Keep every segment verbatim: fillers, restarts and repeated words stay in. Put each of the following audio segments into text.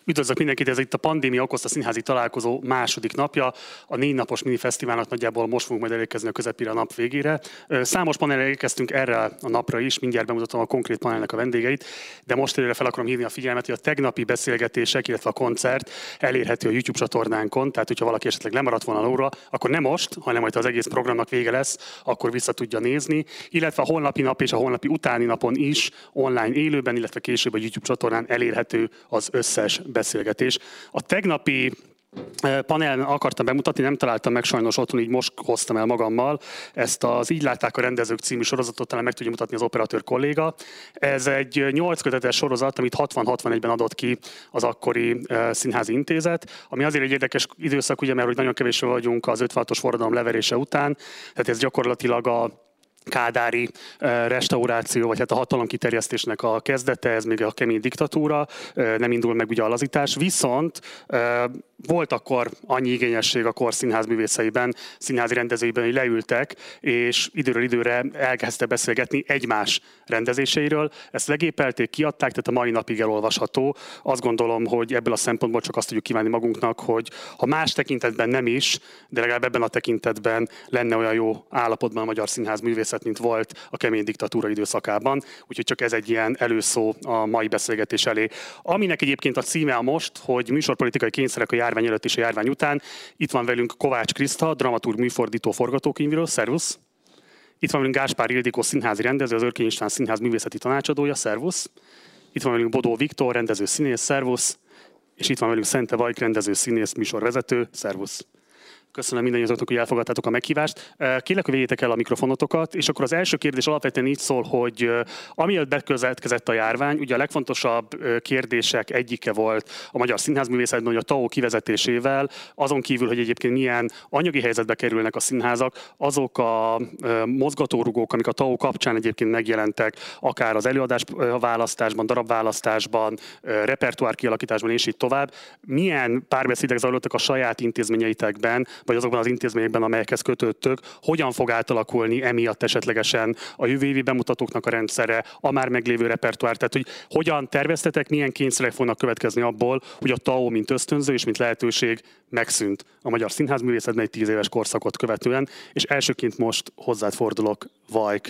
Üdvözlök mindenkit, ez itt a pandémia okozta színházi találkozó második napja. A négy napos minifesztiválnak nagyjából most fogunk majd elérkezni a közepére a nap végére. Számos panelre érkeztünk erre a napra is, mindjárt bemutatom a konkrét panelnek a vendégeit, de most előre fel akarom hívni a figyelmet, hogy a tegnapi beszélgetések, illetve a koncert elérhető a YouTube csatornánkon, tehát hogyha valaki esetleg lemaradt volna alulra, akkor nem most, hanem majd az egész programnak vége lesz, akkor vissza tudja nézni, illetve a holnapi nap és a holnapi utáni napon is online élőben, illetve később a YouTube csatornán elérhető az összes beszélgetés. A tegnapi panelen akartam bemutatni, nem találtam meg sajnos otthon, így most hoztam el magammal. Ezt az Így látták a rendezők című sorozatot talán meg tudja mutatni az operatőr kolléga. Ez egy nyolc kötetes sorozat, amit hatvan-hatvanegyben adott ki az akkori Színházi Intézet, ami azért egy érdekes időszak, ugye, mert hogy nagyon kevésbé vagyunk az ötvenhatos forradalom leverése után, tehát ez gyakorlatilag a kádári restauráció, vagy hát a hatalomkiterjesztésnek a kezdete, ez még a kemény diktatúra, nem indul meg ugye a lazítás, viszont volt akkor annyi igényesség a kor színházművészeiben, színházi rendezőiben, hogy leültek, és időről időre elkezdte beszélgetni egymás rendezéseiről. Ezt legépelték, kiadták, tehát a mai napig elolvasható. Azt gondolom, hogy ebből a szempontból csak azt tudjuk kívánni magunknak, hogy ha más tekintetben nem is, de legalább ebben a tekintetben lenne olyan jó állapotban a magyar színházművészet, mint volt a kemény diktatúra időszakában. Úgyhogy csak ez egy ilyen előszó a mai beszélgetés elé. Aminek egyébként a címe a most, hogy műsorpolitikai kényszerek a járvány előtt és a járvány után. Itt van velünk Kovács Kriszta, dramaturg, műfordító, forgatókönyvíró. Szervusz! Itt van velünk Gáspár Ildikó, színházi rendező, az Örkény István Színház művészeti tanácsadója. Szervusz! Itt van velünk Bodó Viktor, rendező, színész. Szervusz! És itt van velünk Szente Vajk, rendező, színész, műsorvezető. Szervusz! Köszönöm mindannyiatoknak, hogy elfogadtátok a meghívást. Kérlek, hogy vegyétek el a mikrofonotokat, és akkor az első kérdés alapvetően így szól, hogy amiatt bekövetkezett a járvány, ugye a legfontosabb kérdések egyike volt a magyar színházművészetben, hogy a té á o kivezetésével, azon kívül, hogy egyébként milyen anyagi helyzetbe kerülnek a színházak, azok a mozgatórugók, amik a té á o kapcsán egyébként megjelentek, akár az előadás választásban, darabválasztásban, repertoár kialakításban, és így tovább. Milyen párbeszédek zajlottak a saját intézményeitekben, vagy azokban az intézményekben, amelyekhez kötöttök, hogyan fog átalakulni emiatt esetlegesen a jövő évi bemutatóknak a rendszere, a már meglévő repertoár, tehát hogy hogyan terveztetek, milyen kényszerek fognak következni abból, hogy a té á o mint ösztönző és mint lehetőség megszűnt a magyar színházművészetben egy tíz éves korszakot követően, és elsőként most hozzád fordulok, Vajk.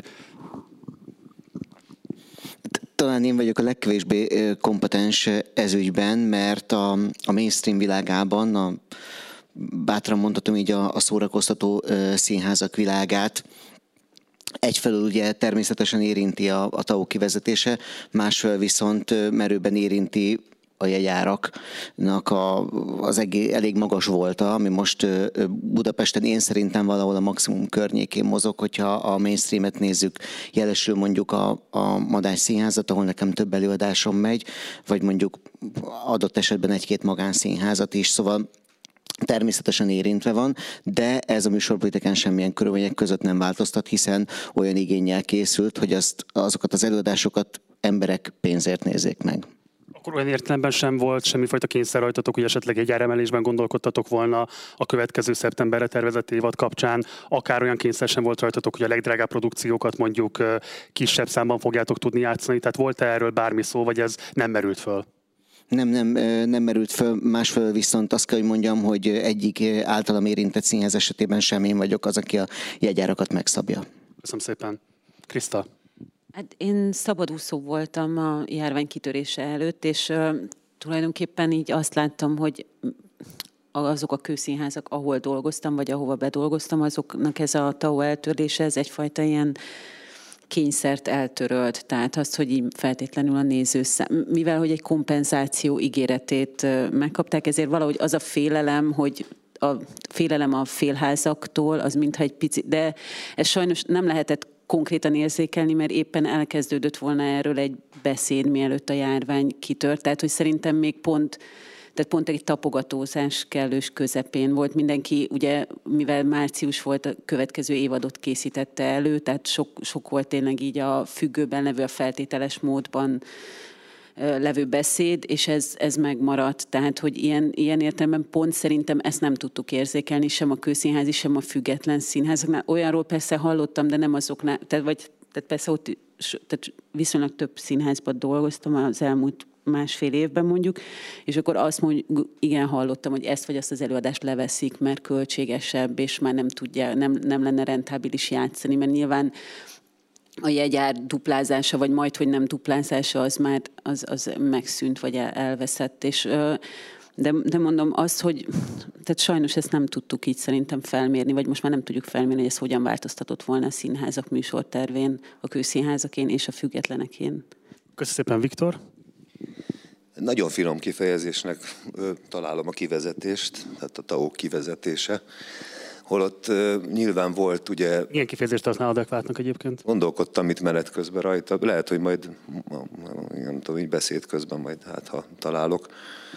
Talán én vagyok a legkevésbé kompetens ezügyben, mert a, a mainstream világában, a bátran mondhatom így a, a szórakoztató uh, színházak világát egyfelől ugye természetesen érinti a, a té á o kivezetése, másfelől viszont uh, merőben érinti a jegyáraknak a, az egész, elég magas volta, ami most uh, Budapesten én szerintem valahol a maximum környékén mozog, hogyha a mainstreamet nézzük, jelesül mondjuk a, a Madách Színházat, ahol nekem több előadásom megy, vagy mondjuk adott esetben egy-két magánszínházat is, szóval természetesen érintve van, de ez a műsorpolitikán semmilyen körülmények között nem változtat, hiszen olyan igénnyel készült, hogy azt, azokat az előadásokat emberek pénzért nézzék meg. Akkor olyan értelemben sem volt semmifajta kényszer rajtatok, hogy esetleg egy áremelésben gondolkodtatok volna a következő szeptemberre tervezett évad kapcsán, akár olyan kényszer sem volt rajtatok, hogy a legdrágább produkciókat mondjuk kisebb számban fogjátok tudni játszani, tehát volt-e erről bármi szó, vagy ez nem merült föl? Nem, nem, nem merült föl, másfelől viszont azt kell, hogy mondjam, hogy egyik általam érintett színház esetében sem én vagyok az, aki a jegyárakat megszabja. Köszönöm szépen. Kriszta? Hát én szabadúszó voltam a járvány kitörése előtt, és uh, tulajdonképpen így azt láttam, hogy azok a kőszínházak, ahol dolgoztam, vagy ahova bedolgoztam, azoknak ez a té á o eltörlése, ez egyfajta ilyen kényszert eltörölt, tehát azt, hogy így feltétlenül a néző szám, mivel hogy egy kompenzáció ígéretét megkapták, ezért valahogy az a félelem, hogy a félelem a félházaktól, az mintha egy picit, de ez sajnos nem lehetett konkrétan érzékelni, mert éppen elkezdődött volna erről egy beszéd, mielőtt a járvány kitört, tehát hogy szerintem még pont Tehát pont egy tapogatózás kellős közepén volt. Mindenki, ugye, mivel március volt, a következő évadot készítette elő, tehát sok, sok volt tényleg így a függőben levő, a feltételes módban levő beszéd, és ez, ez megmaradt. Tehát, hogy ilyen, ilyen értelemben pont szerintem ezt nem tudtuk érzékelni, sem a kőszínházi, sem a független színházaknál. Olyanról persze hallottam, de nem azoknál, tehát, vagy, tehát persze ott tehát viszonylag több színházban dolgoztam az elmúlt másfél évben mondjuk, és akkor azt mondjuk, igen, hallottam, hogy ezt vagy azt az előadást leveszik, mert költségesebb, és már nem tudja, nem, nem lenne rentábilis játszani, mert nyilván a jegyár duplázása, vagy majd, hogy nem duplázása, az már az, az megszűnt, vagy el, elveszett, és de, de mondom azt, hogy tehát sajnos ezt nem tudtuk így szerintem felmérni, vagy most már nem tudjuk felmérni, hogy ez hogyan változtatott volna a színházak műsortervén, a kőszínházakén és a függetlenekén. Köszönöm szépen, Viktor. Nagyon finom kifejezésnek ö, találom a kivezetést, tehát a té á o kivezetése. Holott ö, nyilván volt, ugye... Milyen kifejezést használ adekvátnak egyébként? Gondolkodtam itt menet közben rajta. Lehet, hogy majd, nem tudom, így beszéd közben majd, hát ha találok.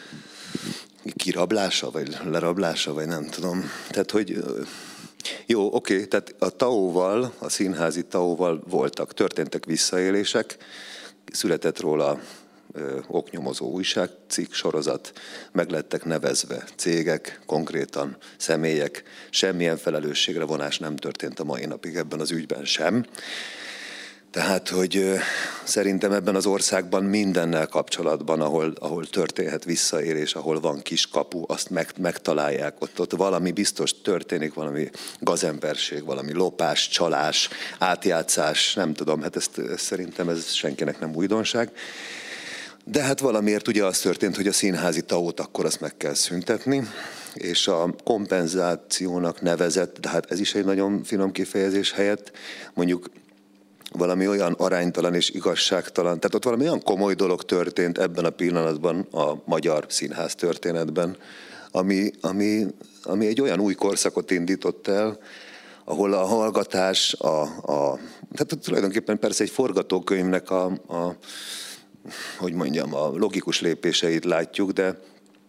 Kirablása, vagy lerablása, vagy nem tudom. Tehát, hogy... Jó, oké, tehát a té á o-val, a színházi té á o-val voltak, történtek visszaélések, született róla ö, oknyomozó újságcikk sorozat, meg lettek nevezve cégek, konkrétan személyek, semmilyen felelősségre vonás nem történt a mai napig ebben az ügyben sem. Tehát, hogy ö, szerintem ebben az országban mindennel kapcsolatban, ahol, ahol történhet visszaélés, ahol van kiskapu, azt meg, megtalálják. Ott, ott valami biztos történik, valami gazemberség, valami lopás, csalás, átjátszás, nem tudom, hát ezt, ezt szerintem ez senkinek nem újdonság. De hát valamiért ugye az történt, hogy a színházi té á o-t akkor azt meg kell szüntetni, és a kompenzációnak nevezett, de hát ez is egy nagyon finom kifejezés helyett, mondjuk valami olyan aránytalan és igazságtalan, tehát ott valami olyan komoly dolog történt ebben a pillanatban a magyar színház történetben, ami, ami, ami egy olyan új korszakot indított el, ahol a hallgatás, a, a, tehát tulajdonképpen persze egy forgatókönyvnek a, a, hogy mondjam, a logikus lépéseit látjuk, de,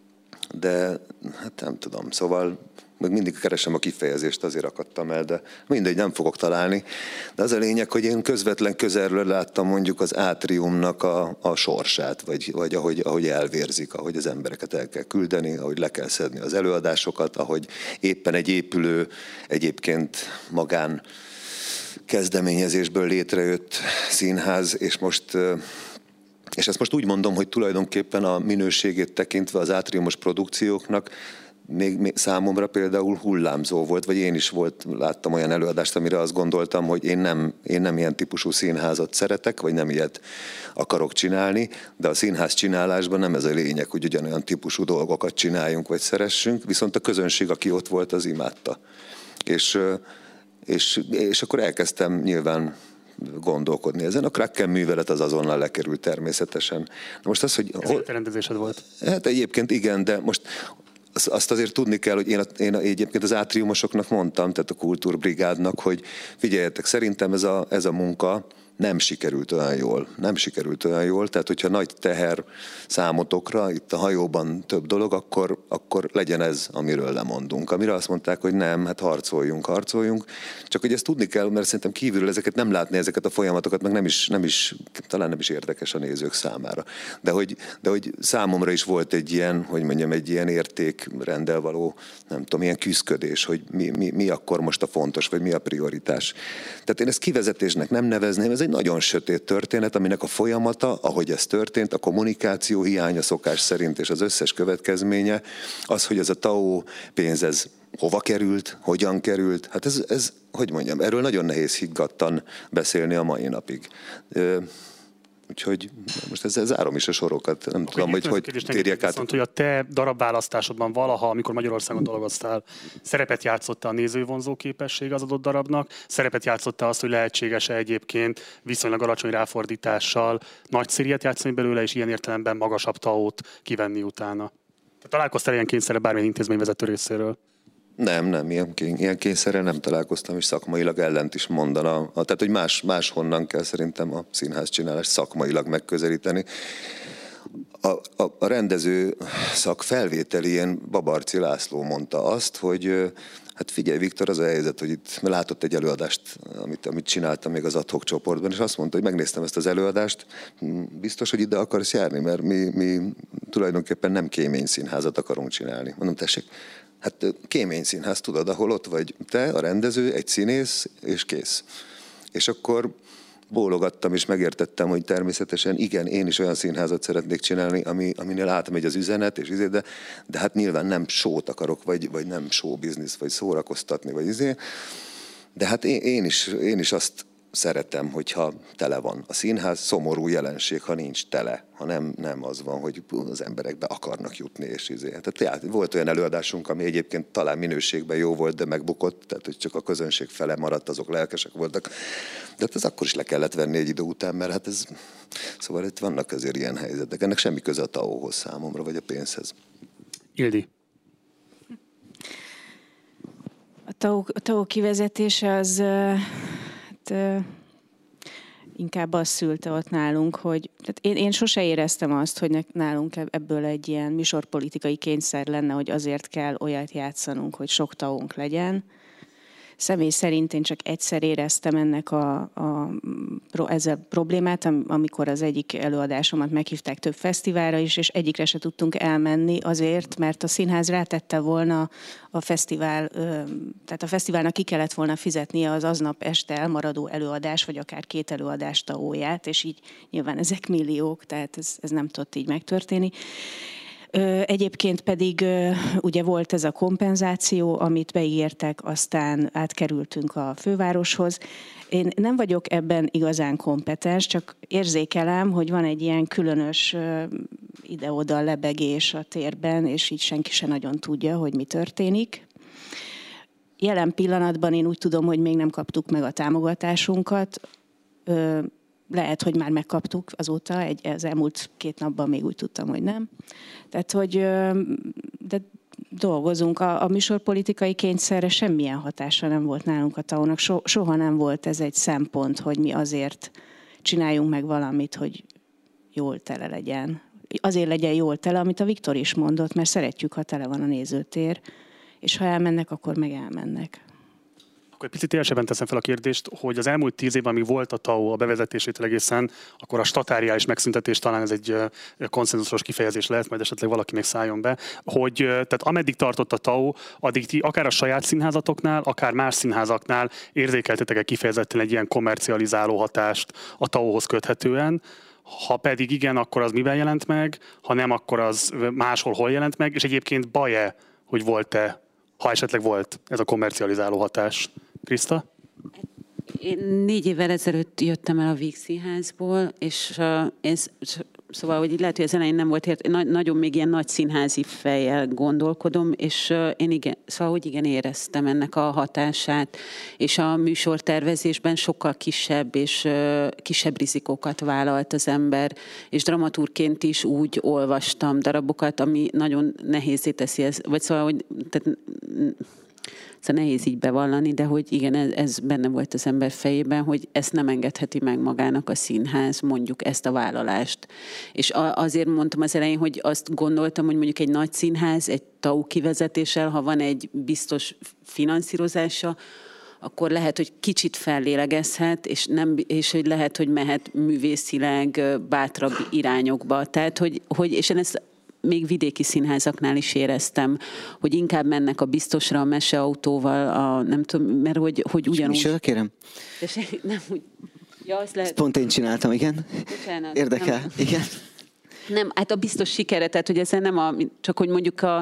de hát nem tudom, szóval meg mindig keresem a kifejezést, azért akadtam el, de mindegy, nem fogok találni. De az a lényeg, hogy én közvetlen közelről láttam mondjuk az átriumnak a, a sorsát, vagy, vagy ahogy, ahogy elvérzik, ahogy az embereket el kell küldeni, ahogy le kell szedni az előadásokat, ahogy éppen egy épülő, egyébként magán kezdeményezésből létrejött színház, és most... És ezt most úgy mondom, hogy tulajdonképpen a minőségét tekintve az átriumos produkcióknak még, még számomra például hullámzó volt, vagy én is volt, láttam olyan előadást, amire azt gondoltam, hogy én nem, én nem ilyen típusú színházat szeretek, vagy nem ilyet akarok csinálni, de a színház csinálásban nem ez a lényeg, hogy ugyanolyan típusú dolgokat csináljunk, vagy szeressünk, viszont a közönség, aki ott volt, az imádta. És, és, és akkor elkezdtem nyilván gondolkodni ezen. A Kraken művelet az azonnal lekerült természetesen. Most az, hogy... Ez hol... rendezésed volt? Hát egyébként igen, de most azt azért tudni kell, hogy én, én egyébként az átriumosoknak mondtam, tehát a kultúrbrigádnak, hogy figyeljetek, szerintem ez a, ez a munka nem sikerült olyan jól. Nem sikerült olyan jól, tehát hogyha nagy teher számotokra, itt a hajóban több dolog, akkor, akkor legyen ez, amiről lemondunk. Amire azt mondták, hogy nem, hát harcoljunk, harcoljunk. Csak hogy ezt tudni kell, mert szerintem kívülről ezeket nem látni, ezeket a folyamatokat, meg nem is, nem is, talán nem is érdekes a nézők számára. De hogy, de hogy számomra is volt egy ilyen, hogy mondjam, egy ilyen értékrendel való, nem tudom, ilyen küszködés, hogy mi, mi, mi akkor most a fontos, vagy mi a prioritás. Tehát én ezt kivezetésnek nem nevezném, ez egy nagyon sötét történet, aminek a folyamata, ahogy ez történt, a kommunikáció hiánya szokás szerint, és az összes következménye, az, hogy ez a té á o pénz, ez hova került, hogyan került, hát ez, ez, hogy mondjam, erről nagyon nehéz higgadtan beszélni a mai napig. Úgyhogy most ezzel zárom is a sorokat. Nem Akkor tudom, hogy hogy térjek át. Viszont, hogy a te darabválasztásodban valaha, amikor Magyarországon dolgoztál, szerepet játszott a nézővonzó képesség az adott darabnak, szerepet játszott azt, hogy lehetséges-e egyébként viszonylag alacsony ráfordítással nagy szériát játszani belőle, és ilyen értelemben magasabb té á o-t kivenni utána. Te találkoztál ilyen kényszerre bármilyen intézményvezető részéről? Nem, nem, ilyen, ilyen kényszerrel nem találkoztam, és szakmailag ellent is mondana. Tehát, hogy más, máshonnan kell szerintem a színház csinálást szakmailag megközelíteni. A, a, a rendező szak felvételén Babarczy László mondta azt, hogy hát figyelj, Viktor, az a helyzet, hogy itt látott egy előadást, amit, amit csináltam még az ad hoc csoportban, és azt mondta, hogy megnéztem ezt az előadást, biztos, hogy ide akarsz járni, mert mi, mi tulajdonképpen nem kéményszínházat akarunk csinálni. Mondom, tessék, hát kéményszínház, tudod, ahol ott vagy te, a rendező, egy színész, és kész. És akkor bólogattam és megértettem, hogy természetesen igen, én is olyan színházat szeretnék csinálni, ami, aminél átmegy az üzenet, és izé, de, de hát nyilván nem sót akarok, vagy, vagy nem show business, vagy szórakoztatni, vagy izé. De hát én, én, is, én is azt szeretem, hogyha tele van. A színház szomorú jelenség, ha nincs tele, ha nem, nem az van, hogy az emberek be akarnak jutni, és izé. Tehát volt olyan előadásunk, ami egyébként talán minőségben jó volt, de megbukott, tehát hogy csak a közönség fele maradt, azok lelkesek voltak. De hát ez akkor is le kellett venni egy idő után, mert hát ez... Szóval itt vannak azért ilyen helyzetek. Ennek semmi köze a TAO-hoz számomra, vagy a pénzhez. Ildi. A TAO, a TAO kivezetése az... Hát, inkább azt szülte ott nálunk, hogy tehát én, én sose éreztem azt, hogy nálunk ebből egy ilyen műsorpolitikai kényszer lenne, hogy azért kell olyat játszanunk, hogy sok taónk legyen. Személy szerint én csak egyszer éreztem ennek a, a, ezzel problémát, amikor az egyik előadásomat meghívták több fesztiválra is, és egyikre se tudtunk elmenni azért, mert a színház rátette volna a fesztivál, tehát a fesztiválnak ki kellett volna fizetnie az aznap este elmaradó előadás, vagy akár két előadás taóját, és így nyilván ezek milliók, tehát ez, ez nem tudott így megtörténni. Egyébként pedig ugye volt ez a kompenzáció, amit beígértek, aztán átkerültünk a fővároshoz. Én nem vagyok ebben igazán kompetens, csak érzékelem, hogy van egy ilyen különös ide-oda lebegés a térben, és így senki se nagyon tudja, hogy mi történik. Jelen pillanatban én úgy tudom, hogy még nem kaptuk meg a támogatásunkat. Lehet, hogy már megkaptuk azóta, egy, az elmúlt két napban még úgy tudtam, hogy nem. Tehát, hogy de dolgozunk. A, a műsorpolitikai kényszerre semmilyen hatása nem volt nálunk a TAO-nak. So, soha nem volt ez egy szempont, hogy mi azért csináljunk meg valamit, hogy jól tele legyen. Azért legyen jól tele, amit a Viktor is mondott, mert szeretjük, ha tele van a nézőtér, és ha elmennek, akkor meg elmennek. Akkor egy picit élesebben teszem fel a kérdést, hogy az elmúlt tíz évben, amíg volt a TAO a bevezetésétől egészen, akkor a statáriális megszüntetés, talán ez egy konszenzusos kifejezés lehet, majd esetleg valaki még szálljon be, hogy tehát ameddig tartott a TAO, addig ti akár a saját színházatoknál, akár más színházaknál érzékeltetek-e kifejezetten egy ilyen kommercializáló hatást a TAO-hoz köthetően. Ha pedig igen, akkor az miben jelent meg, ha nem, akkor az máshol hol jelent meg, és egyébként baj-e, hogy volt-e, ha esetleg volt ez a kommercializáló hatás? Kriszta? Én négy évvel ezelőtt jöttem el a Víg Színházból, és uh, ez, szóval, hogy így lehet, hogy az elején nem volt ért, na, nagyon még ilyen nagy színházi fejjel gondolkodom, és uh, én igen, szóval, hogy igen, éreztem ennek a hatását, és a műsortervezésben sokkal kisebb és uh, kisebb rizikókat vállalt az ember, és dramaturgként is úgy olvastam darabokat, ami nagyon nehézé teszi ezt, vagy szóval, hogy tehát, Szóval nehéz így bevallani, de hogy igen, ez, ez benne volt az ember fejében, hogy ezt nem engedheti meg magának a színház, mondjuk ezt a vállalást. És a, azért mondtam az elején, hogy azt gondoltam, hogy mondjuk egy nagy színház, egy TAO kivezetéssel, ha van egy biztos finanszírozása, akkor lehet, hogy kicsit fellélegezhet, és, nem, és hogy lehet, hogy mehet művészileg bátrabb irányokba. Tehát, hogy, hogy és én ezt még vidéki színházaknál is éreztem, hogy inkább mennek a biztosra, a meseautóval, a, nem tudom, mert hogy, hogy ugyanúgy... Micsoda, kérem? De se, nem úgy... Ja, azt lehet... Ezt pont én csináltam, igen. Bocsánat, érdekel, nem. igen. Nem, hát a biztos sikere, tehát hogy ezzel nem a... Csak hogy mondjuk a...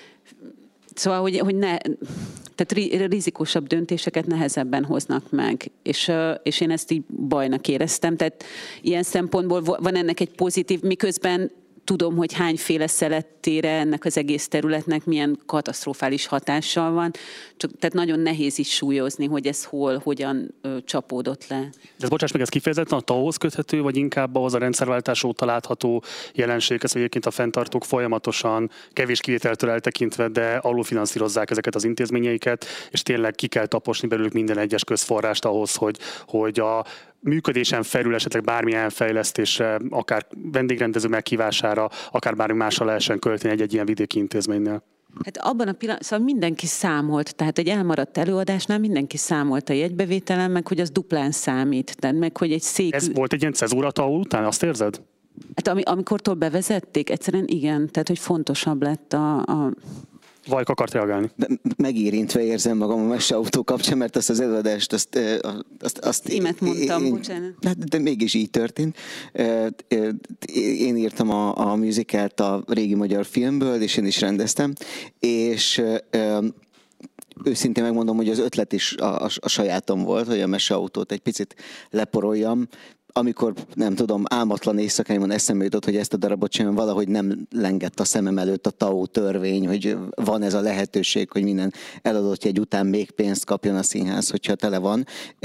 Szóval, hogy, hogy ne... Tehát rizikósabb döntéseket nehezebben hoznak meg, és, és én ezt így bajnak éreztem. Tehát ilyen szempontból van ennek egy pozitív, miközben tudom, hogy hányféle szelettére ennek az egész területnek milyen katasztrofális hatással van, csak tehát nagyon nehéz is súlyozni, hogy ez hol, hogyan ö, csapódott le. De ez, bocsáss meg, ez kifejezetten a TAO-hoz köthető, vagy inkább ahhoz a rendszerváltás óta látható jelenséghez, hogy egyébként a fenntartók folyamatosan, kevés kivételtől eltekintve, de alulfinanszírozzák ezeket az intézményeiket, és tényleg ki kell taposni belőlük minden egyes közforrást ahhoz, hogy, hogy a működésen felül esetleg bármilyen fejlesztésre, akár vendégrendező meghívására, akár bármi másra lehessen költeni egy-egy ilyen vidéki intézménynél. Hát abban a pillanatban, szóval mindenki számolt, tehát egy elmaradt előadásnál mindenki számolt a jegybevételen, meg hogy az duplán számít, tehát meg hogy egy szék... Ez volt egy ilyen cezúra TAO után, azt érzed? Hát ami, amikortól bevezették, egyszerűen igen, tehát hogy fontosabb lett a... a... Vajka akart reagálni. Megérintve érzem magam a meseautó kapcsán, mert azt az előadást, azt... azt, azt Imet mondtam, én, bocsánat. De, de mégis így történt. Én írtam a, a musicalt a régi magyar filmből, és én is rendeztem, és őszintén megmondom, hogy az ötlet is a, a, a sajátom volt, hogy a meseautót egy picit leporoljam, amikor, nem tudom, álmatlan éjszakáimon eszembe jutott, hogy ezt a darabot sem valahogy nem lengett a szemem előtt a té á o törvény, hogy van ez a lehetőség, hogy minden eladott jegy után még pénzt kapjon a színház, hogyha tele van.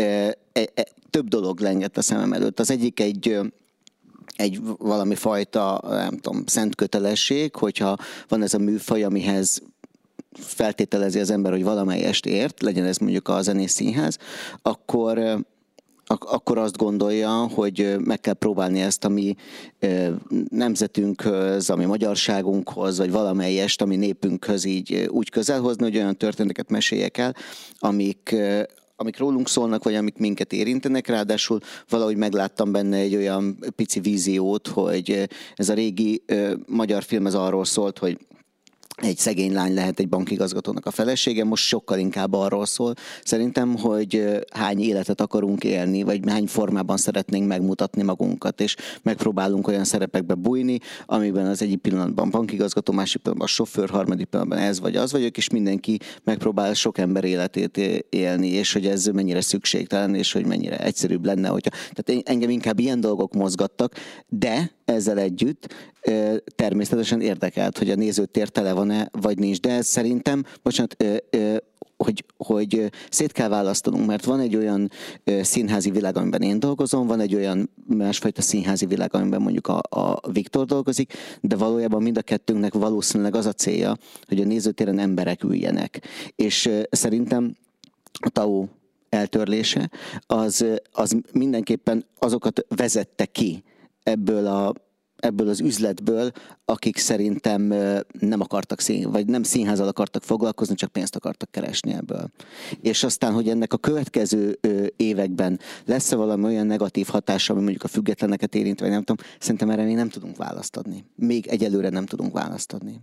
Több dolog lengett a szemem előtt. Az egyik egy egy valami fajta, nem tudom, szent kötelesség, hogyha van ez a műfaj, amihez feltételezi az ember, hogy valamelyest ért, legyen ez mondjuk a Zenés Színház, akkor akkor azt gondolja, hogy meg kell próbálni ezt a mi nemzetünkhöz, a mi magyarságunkhoz, vagy valamelyest, ami népünkhöz így úgy közel hozni, hogy olyan történeteket meséljek el, amik, amik rólunk szólnak, vagy amik minket érintenek, ráadásul valahogy megláttam benne egy olyan pici víziót, hogy ez a régi magyar film ez arról szólt, hogy egy szegény lány lehet egy bankigazgatónak a felesége, most sokkal inkább arról szól. Szerintem, hogy hány életet akarunk élni, vagy hány formában szeretnénk megmutatni magunkat, és megpróbálunk olyan szerepekbe bújni, amiben az egyik pillanatban bankigazgató, másik pillanatban a sofőr, harmadik pillanatban ez vagy az vagyok, és mindenki megpróbál sok ember életét élni, és hogy ez mennyire szükségtelen, és hogy mennyire egyszerűbb lenne, hogyha... Tehát engem inkább ilyen dolgok mozgattak, de ezzel együtt természetesen érdekelt, hogy a nézőtér tele van-e, vagy nincs. De ez szerintem, bocsánat, hogy, hogy szét kell választanunk, mert van egy olyan színházi világ, amiben én dolgozom, van egy olyan másfajta színházi világ, amiben mondjuk a, a Viktor dolgozik, de valójában mind a kettőnknek valószínűleg az a célja, hogy a nézőtéren emberek üljenek. És szerintem a té á o eltörlése az, az mindenképpen azokat vezette ki ebből a ebből az üzletből, akik szerintem nem akartak szín, vagy nem színházzal akartak foglalkozni, csak pénzt akartak keresni ebből. És aztán, hogy ennek a következő években lesz-e valami olyan negatív hatása, ami mondjuk a függetleneket érint, vagy nem tudom, szerintem erre még nem tudunk választ adni. Még egyelőre nem tudunk választ adni.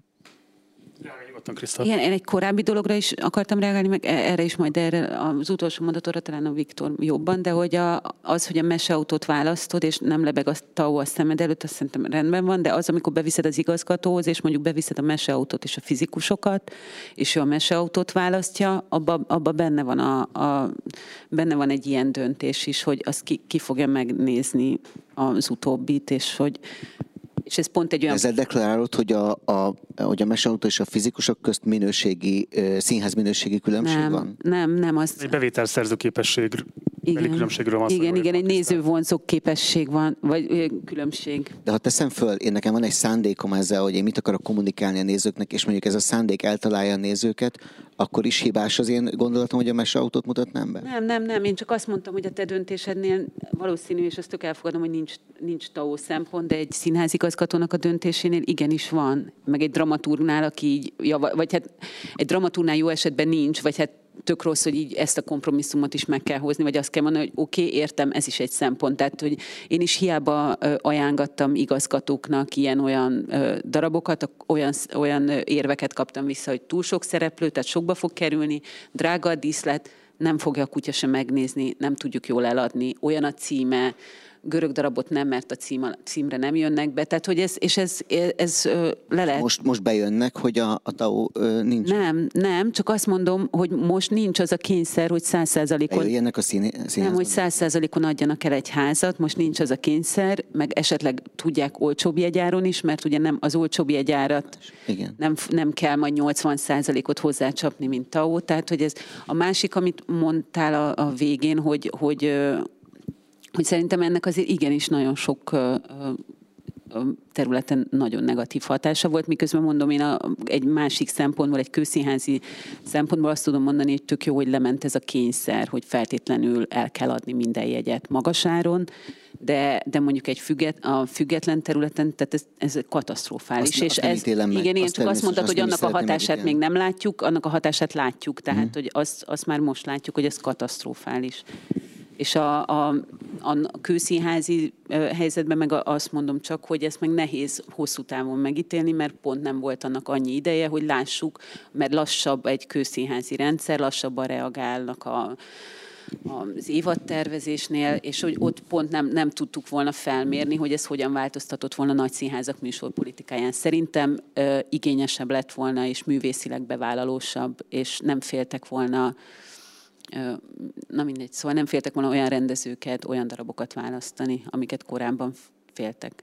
Igen, én egy korábbi dologra is akartam reagálni, meg erre is majd erre az utolsó mondatóra talán a Viktor jobban, de hogy a, az, hogy a meseautót választod, és nem lebeg a té á o a szemed előtt, azt szerintem rendben van, de az, amikor beviszed az igazgatóhoz, és mondjuk beviszed a meseautót és a fizikusokat, és ő a meseautót választja, abba, abba benne van a, a benne van egy ilyen döntés is, hogy azt ki, ki fogja megnézni az utóbbit, és hogy és ez pont egy olyan... Ezzel deklarálod, hogy a, a, hogy a meseautó és a fizikusok közt minőségi, színház minőségi különbség nem, van? Nem, nem. Az... Egy bevételszerző képesség, igen, különbségről van szó. Igen, igen, egy nézővonzó képesség van, vagy különbség. De ha teszem föl, én nekem van egy szándékom ezzel, hogy én mit akarok kommunikálni a nézőknek, és mondjuk ez a szándék eltalálja a nézőket, akkor is hibás az én gondolatom, hogy a meseautót mutatnám be? Nem, nem, nem. Én csak azt mondtam, hogy a te döntésednél valószínű, és azt tök elfogadom, hogy nincs, nincs té á o szempont, de egy színházigazgatónak a döntésénél igenis van. Meg egy dramaturgnál, aki így, vagy hát egy dramaturgnál jó esetben nincs, vagy hát tök rossz, hogy így ezt a kompromisszumot is meg kell hozni, vagy azt kell mondani, hogy oké, okay, értem, ez is egy szempont. Tehát, hogy én is hiába ajánlgattam igazgatóknak ilyen-olyan darabokat, olyan, olyan érveket kaptam vissza, hogy túl sok szereplő, tehát sokba fog kerülni, drága a díszlet, nem fogja a kutya sem megnézni, nem tudjuk jól eladni, olyan a címe, görög darabot nem, mert a cím, címre nem jönnek be, tehát hogy ez, és ez, ez, ez le lehet... Most, most bejönnek, hogy a, a té á o nincs? Nem, nem, csak azt mondom, hogy most nincs az a kényszer, hogy száz százalékon... Bejönnek a szín, színházban? Nem, hogy száz százalékon adjanak el egy házat, most nincs az a kényszer, meg esetleg tudják olcsóbb jegyáron is, mert ugye nem az olcsóbb jegyárat Igen. Nem, nem kell majd nyolcvan százalékot hozzácsapni, mint té á o, tehát hogy ez a másik, amit mondtál a, a végén, hogy, hogy hogy szerintem ennek azért igenis nagyon sok területen nagyon negatív hatása volt, miközben mondom én a, egy másik szempontból, egy kőszínházi szempontból azt tudom mondani, hogy tök jó, hogy lement ez a kényszer, hogy feltétlenül el kell adni minden jegyet magasáron, de, de mondjuk egy függet, a független területen, tehát ez, ez katasztrofális. Azt, és azt ez, igen, igen, csak azt mondtad, hogy annak a hatását még nem látjuk, annak a hatását látjuk, tehát, hmm. hogy azt, azt már most látjuk, hogy ez katasztrofális. És a, a, a kőszínházi helyzetben meg azt mondom csak, hogy ezt meg nehéz hosszú távon megítélni, mert pont nem volt annak annyi ideje, hogy lássuk, mert lassabb egy kőszínházi rendszer, lassabban reagálnak a az évadtervezésnél, és hogy ott pont nem, nem tudtuk volna felmérni, hogy ez hogyan változtatott volna a nagy színházak műsorpolitikáján. Szerintem ö, igényesebb lett volna, és művészileg bevállalósabb, és nem féltek volna, ö, na mindegy, szóval nem féltek volna olyan rendezőket, olyan darabokat választani, amiket korábban féltek.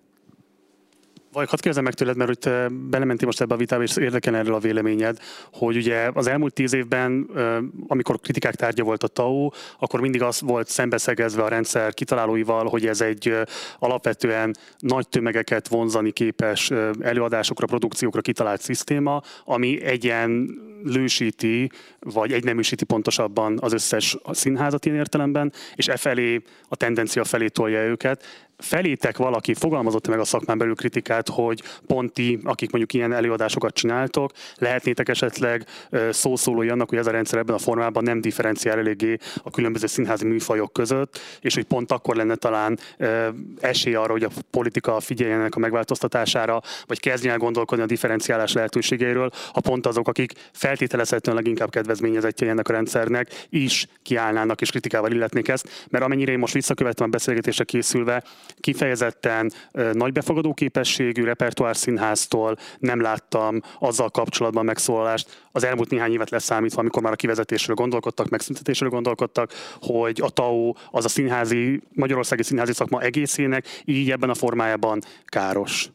Vagy hadd kérdezem meg tőled, mert hogy te belementél most ebbe a vitába, és érdekel erről a véleményed, hogy ugye az elmúlt tíz évben, amikor kritikák tárgya volt a té á o, akkor mindig az volt szembeszegezve a rendszer kitalálóival, hogy ez egy alapvetően nagy tömegeket vonzani képes előadásokra, produkciókra kitalált szisztéma, ami egyenlősíti, vagy egyneműsíti pontosabban az összes színházat ilyen értelemben, és e felé, a tendencia felé tolja őket. Felétek valaki fogalmazott meg a szakmán belül kritikát, hogy pont ti, akik mondjuk ilyen előadásokat csináltok, lehetnétek esetleg szószólói annak, hogy ez a rendszer ebben a formában nem differenciál eléggé a különböző színházi műfajok között, és hogy pont akkor lenne talán esély arra, hogy a politika figyeljenek a megváltoztatására, vagy kezdjen el gondolkodni a differenciálás lehetőségeiről, ha pont azok, akik feltételezhetően leginkább kedvezményezettjei ennek a rendszernek, is kiállnának és kritikával illetnék ezt, mert amennyire én most visszakövettem a beszélgetésre készülve, kifejezetten nagy befogadó képességű repertoárszínháztól nem láttam azzal kapcsolatban megszólalást, az elmúlt néhány évet leszámítva, amikor már a kivezetésről gondolkodtak, megszüntetésről gondolkodtak, hogy a té á o az a színházi, magyarországi színházi szakma egészének így ebben a formájában káros.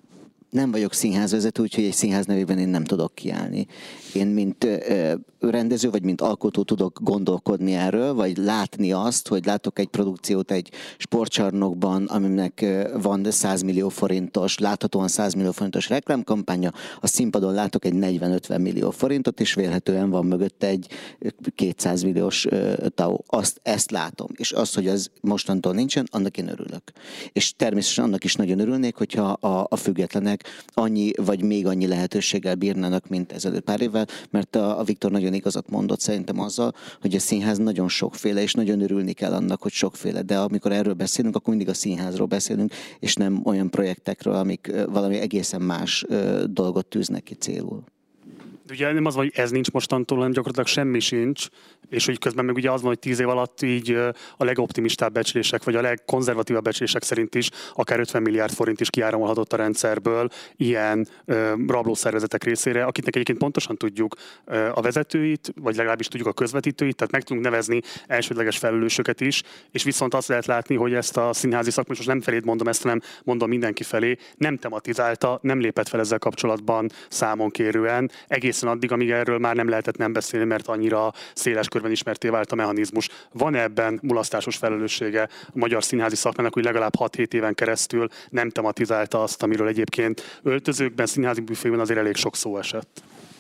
Nem vagyok színházvezető, úgyhogy egy színház nevében én nem tudok kiállni. Én mint ö, rendező, vagy mint alkotó tudok gondolkodni erről, vagy látni azt, hogy látok egy produkciót egy sportcsarnokban, aminek van száz millió forintos, láthatóan száz millió forintos reklámkampánya, a színpadon látok egy negyven-ötven millió forintot, és vélhetően van mögötte egy kétszáz milliós té á o. Azt, ezt látom. És az, hogy az mostantól nincsen, annak én örülök. És természetesen annak is nagyon örülnék, hogyha a, a függetlenek annyi, vagy még annyi lehetőséggel bírnának, mint ezelőtt pár évvel, mert a, a Viktor nagyon igazat mondott szerintem azzal, hogy a színház nagyon sokféle, és nagyon örülni kell annak, hogy sokféle, de amikor erről beszélünk, akkor mindig a színházról beszélünk, és nem olyan projektekről, amik valami egészen más dolgot tűznek ki célul. De ugye nem az van, hogy ez nincs mostantól, hanem gyakorlatilag semmi sincs, és hogy közben meg ugye az van, hogy tíz év alatt így a legoptimistább becslések, vagy a legkonzervatívabb becslések szerint is akár ötven milliárd forint is kiáramolhatott a rendszerből ilyen ö, rablószervezetek részére, akiknek egyébként pontosan tudjuk ö, a vezetőit, vagy legalábbis tudjuk a közvetítőit, tehát meg tudunk nevezni elsődleges felelősöket is, és viszont azt lehet látni, hogy ezt a színházi szakma, most nem feléd mondom ezt, hanem mondom mindenki felé, nem tematizálta, nem lépett fel ezzel kapcsolatban számon kérően, egészen addig, amíg erről már nem lehetett nem beszélni, mert annyira széles körben ismerté vált a mechanizmus. Van ebben mulasztásos felelőssége a magyar színházi szakmának, hogy legalább hat-hét éven keresztül nem tematizálta azt, amiről egyébként öltözőkben, színházi büfékben azért elég sok szó esett.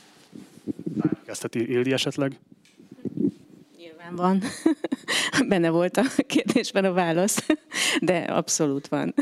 Kezdheti Ildi esetleg? Nyilván van. Benne volt a kérdésben a válasz, de abszolút van.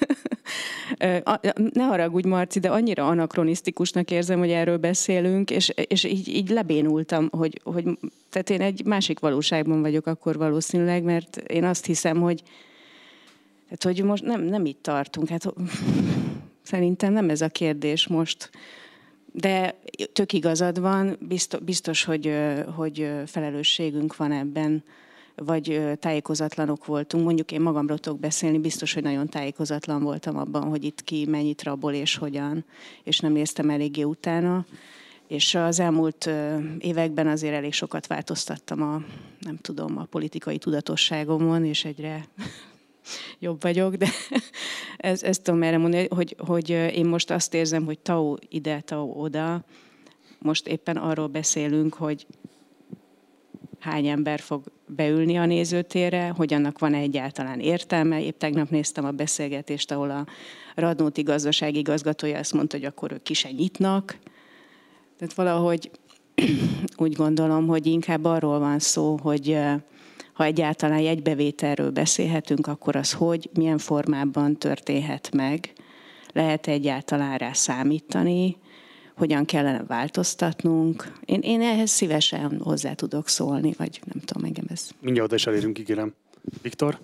Ne haragudj, Marci, de annyira anakronisztikusnak érzem, hogy erről beszélünk, és, és így, így lebénultam, hogy, hogy tehát én egy másik valóságban vagyok akkor valószínűleg, mert én azt hiszem, hogy, hát, hogy most nem, nem itt tartunk. Hát, szerintem nem ez a kérdés most. De tök igazad van, biztos, biztos hogy, hogy felelősségünk van ebben, vagy tájékozatlanok voltunk. Mondjuk én magamról tudok beszélni, biztos, hogy nagyon tájékozatlan voltam abban, hogy itt ki mennyit rabol és hogyan, és nem néztem eléggé utána. És az elmúlt években azért elég sokat változtattam a, nem tudom, a politikai tudatosságomon, és egyre jobb vagyok, de ezt, ezt tudom erre mondani, hogy, hogy én most azt érzem, hogy té á o ide, té á o oda. Most éppen arról beszélünk, hogy hány ember fog beülni a nézőtérre, hogy annak van egyáltalán értelme. Épp tegnap néztem a beszélgetést, ahol a Radnóti gazdasági igazgatója azt mondta, hogy akkor ők ki se nyitnak. Tehát valahogy úgy gondolom, hogy inkább arról van szó, hogy ha egyáltalán jegybevételről beszélhetünk, akkor az hogy, milyen formában történhet meg, lehet egyáltalán rá számítani, hogyan kellene változtatnunk. Én, én ehhez szívesen hozzá tudok szólni, vagy nem tudom, engem ez. Mindjárt oda is elérünk, ígérem. Viktor?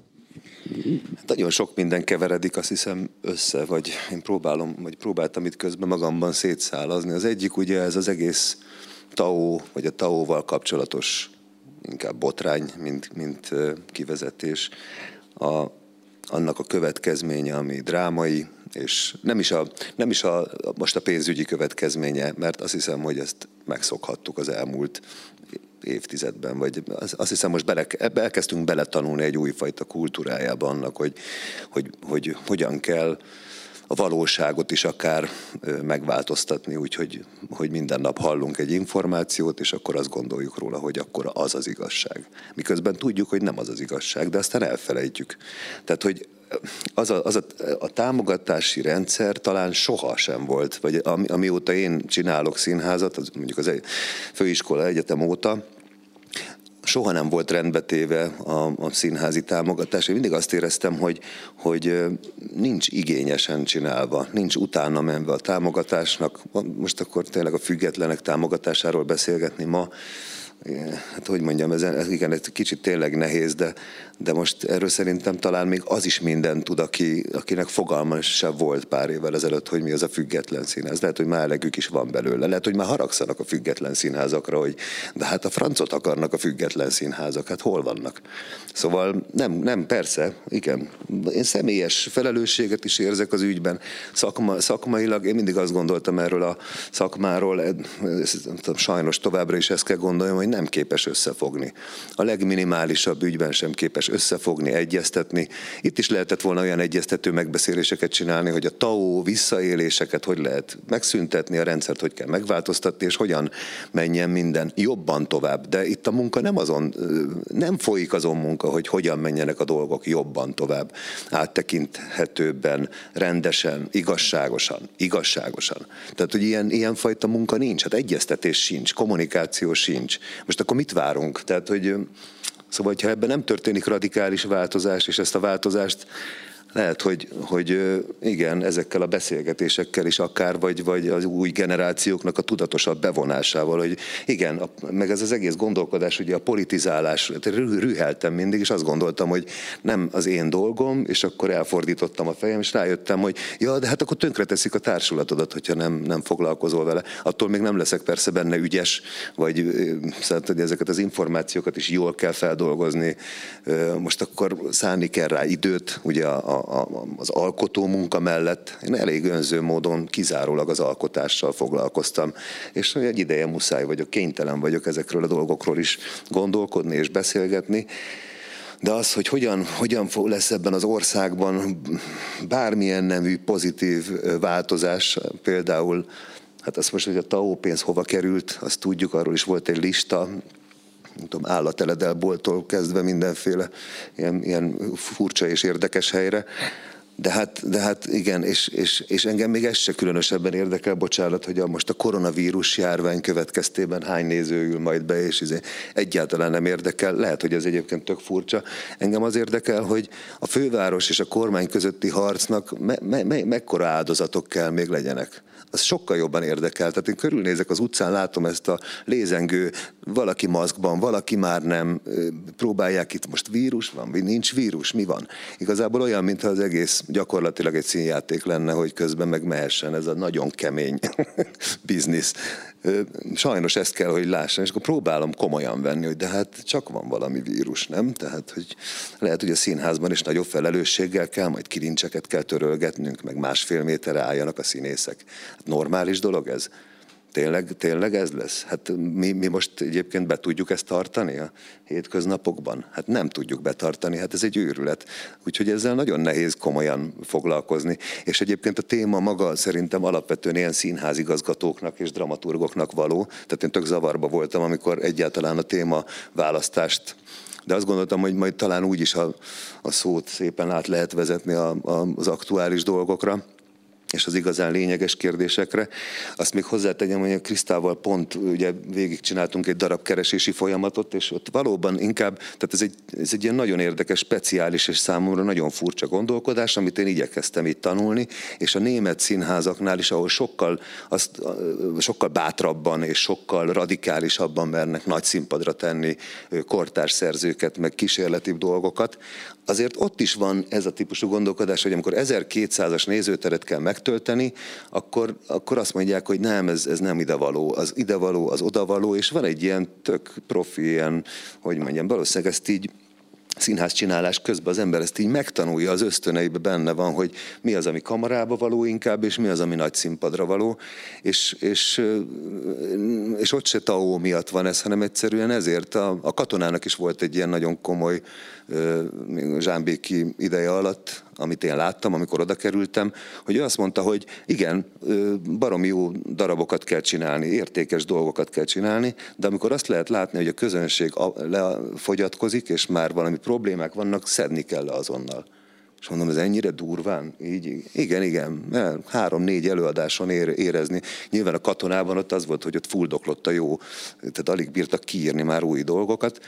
Nagyon sok minden keveredik, azt hiszem össze, vagy én próbálom, vagy próbáltam itt közben magamban szétszálazni. Az egyik ugye ez az egész TAO, vagy a TAO-val kapcsolatos inkább botrány, mint, mint kivezetés. A, annak a következménye, ami drámai, és nem is, a, nem is a, most a pénzügyi következménye, mert azt hiszem, hogy ezt megszokhattuk az elmúlt évtizedben, vagy azt hiszem most bele, elkezdtünk beletanulni egy újfajta kultúrájába annak, hogy, hogy, hogy hogyan kell a valóságot is akár megváltoztatni, úgyhogy hogy minden nap hallunk egy információt, és akkor azt gondoljuk róla, hogy akkor az az igazság. Miközben tudjuk, hogy nem az az igazság, de aztán elfelejtjük. Tehát, hogy az a, az a, a támogatási rendszer talán soha sem volt, vagy ami, amióta én csinálok színházat, az mondjuk az főiskola, egyetem óta, soha nem volt rendbetéve a, a színházi támogatás. Én mindig azt éreztem, hogy, hogy nincs igényesen csinálva, nincs utána menve a támogatásnak. Most akkor tényleg a függetlenek támogatásáról beszélgetni ma, hát hogy mondjam, ez, ez igen, ez kicsit tényleg nehéz, de, de most erről szerintem talán még az is minden tud, aki, akinek fogalma sem volt pár évvel ezelőtt, hogy mi az a független színház. Lehet, hogy már elegük is van belőle. Lehet, hogy már haragszanak a független színházakra, hogy de hát a francot akarnak a független színházak, hát hol vannak? Szóval nem, nem, persze, igen. Én személyes felelősséget is érzek az ügyben. Szakma, szakmailag én mindig azt gondoltam erről a szakmáról, sajnos továbbra is ezt kell gondoljam, hogy nem képes összefogni. A legminimálisabb ügyben sem képes összefogni, egyeztetni. Itt is lehetett volna olyan egyeztető megbeszéléseket csinálni, hogy a TAO visszaéléseket hogy lehet megszüntetni, a rendszert hogy kell megváltoztatni, és hogyan menjen minden jobban tovább. De itt a munka nem azon, nem folyik azon munka, hogy hogyan menjenek a dolgok jobban tovább. Áttekinthetőbben, rendesen, igazságosan, igazságosan. Tehát, hogy ilyen, ilyen fajta munka nincs, hát egyeztetés sincs, kommunikáció sincs. Most akkor mit várunk? Tehát, hogy szóval, ha ebben nem történik radikális változás, és ezt a változást lehet, hogy, hogy igen, ezekkel a beszélgetésekkel is akár, vagy, vagy az új generációknak a tudatosabb bevonásával, hogy igen, a, meg ez az egész gondolkodás, ugye a politizálás, rüheltem mindig, és azt gondoltam, hogy nem az én dolgom, és akkor elfordítottam a fejem, és rájöttem, hogy ja, de hát akkor tönkreteszik a társulatodat, hogyha nem, nem foglalkozol vele. Attól még nem leszek persze benne ügyes, vagy szóval, hogy ezeket az információkat is jól kell feldolgozni. Most akkor szánni kell rá időt, ugye a az alkotó munka mellett én elég önző módon kizárólag az alkotással foglalkoztam, és egy ideje muszáj vagyok, kénytelen vagyok ezekről a dolgokról is gondolkodni és beszélgetni, de az, hogy hogyan, hogyan lesz ebben az országban bármilyen nemű pozitív változás, például, hát azt most, hogy a TAO pénz hova került, azt tudjuk, arról is volt egy lista, nem tudom, állateledelbolttól kezdve mindenféle ilyen, ilyen furcsa és érdekes helyre. De hát, de hát igen, és, és, és engem még ez se különösebben érdekel, bocsánat, hogy a, most a koronavírus járvány következtében hány néző ül majd be, és izé, egyáltalán nem érdekel. Lehet, hogy ez egyébként tök furcsa. Engem az érdekel, hogy a főváros és a kormány közötti harcnak me, me, me, mekkora áldozatok kell még legyenek. Az sokkal jobban érdekel. Tehát én körülnézek az utcán, látom ezt a lézengő, valaki maszkban, valaki már nem, próbálják itt most vírus van, nincs vírus, mi van? Igazából olyan, mintha az egész gyakorlatilag egy színjáték lenne, hogy közben meg mehessen ez a nagyon kemény biznisz. Sajnos ezt kell, hogy lássam, és akkor próbálom komolyan venni, hogy de hát csak van valami vírus, nem? Tehát, hogy lehet, hogy a színházban is nagyobb felelősséggel kell, majd kilincseket kell törölgetnünk, meg másfél méterre álljanak a színészek. Hát normális dolog ez? Tényleg, tényleg ez lesz? Hát mi, mi most egyébként be tudjuk ezt tartani a hétköznapokban? Hát nem tudjuk betartani, hát ez egy őrület. Úgyhogy ezzel nagyon nehéz komolyan foglalkozni. És egyébként a téma maga szerintem alapvetően ilyen színházigazgatóknak és dramaturgoknak való. Tehát én tök zavarba voltam, amikor egyáltalán a téma választást, de azt gondoltam, hogy majd talán úgy is a, a szót szépen át lehet vezetni a, a, az aktuális dolgokra. és az igazán lényeges kérdésekre. Azt még hozzátegyem, hogy a Krisztával pont ugye végigcsináltunk egy darab keresési folyamatot, és ott valóban inkább, tehát ez egy, ez egy ilyen nagyon érdekes, speciális és számomra nagyon furcsa gondolkodás, amit én igyekeztem itt tanulni, és a német színházaknál is, ahol sokkal, azt, sokkal bátrabban és sokkal radikálisabban mernek nagy színpadra tenni kortárs szerzőket, meg kísérletibb dolgokat, azért ott is van ez a típusú gondolkodás, hogy amikor ezerkétszázas nézőteret kell megtölteni, akkor, akkor azt mondják, hogy nem, ez, ez nem idevaló, az idevaló, az odavaló, és van egy ilyen tök profi, ilyen, hogy mondjam, valószínűleg ezt így színházcsinálás közben az ember ezt így megtanulja, az ösztöneiben benne van, hogy mi az, ami kamarába való inkább, és mi az, ami nagy színpadra való, és, és, és ott se Tao miatt van ez, hanem egyszerűen ezért a, a Katonának is volt egy ilyen nagyon komoly Zsámbéki ideje alatt, amit én láttam, amikor oda kerültem, hogy ő azt mondta, hogy igen, baromi jó darabokat kell csinálni, értékes dolgokat kell csinálni, de amikor azt lehet látni, hogy a közönség lefogyatkozik, és már valami problémák vannak, szedni kell le azonnal. És mondom, ez ennyire durván? Így, igen, igen, három-négy előadáson érezni. Nyilván a Katonában ott az volt, hogy ott fuldoklott a jó, tehát alig bírtak kiírni már új dolgokat.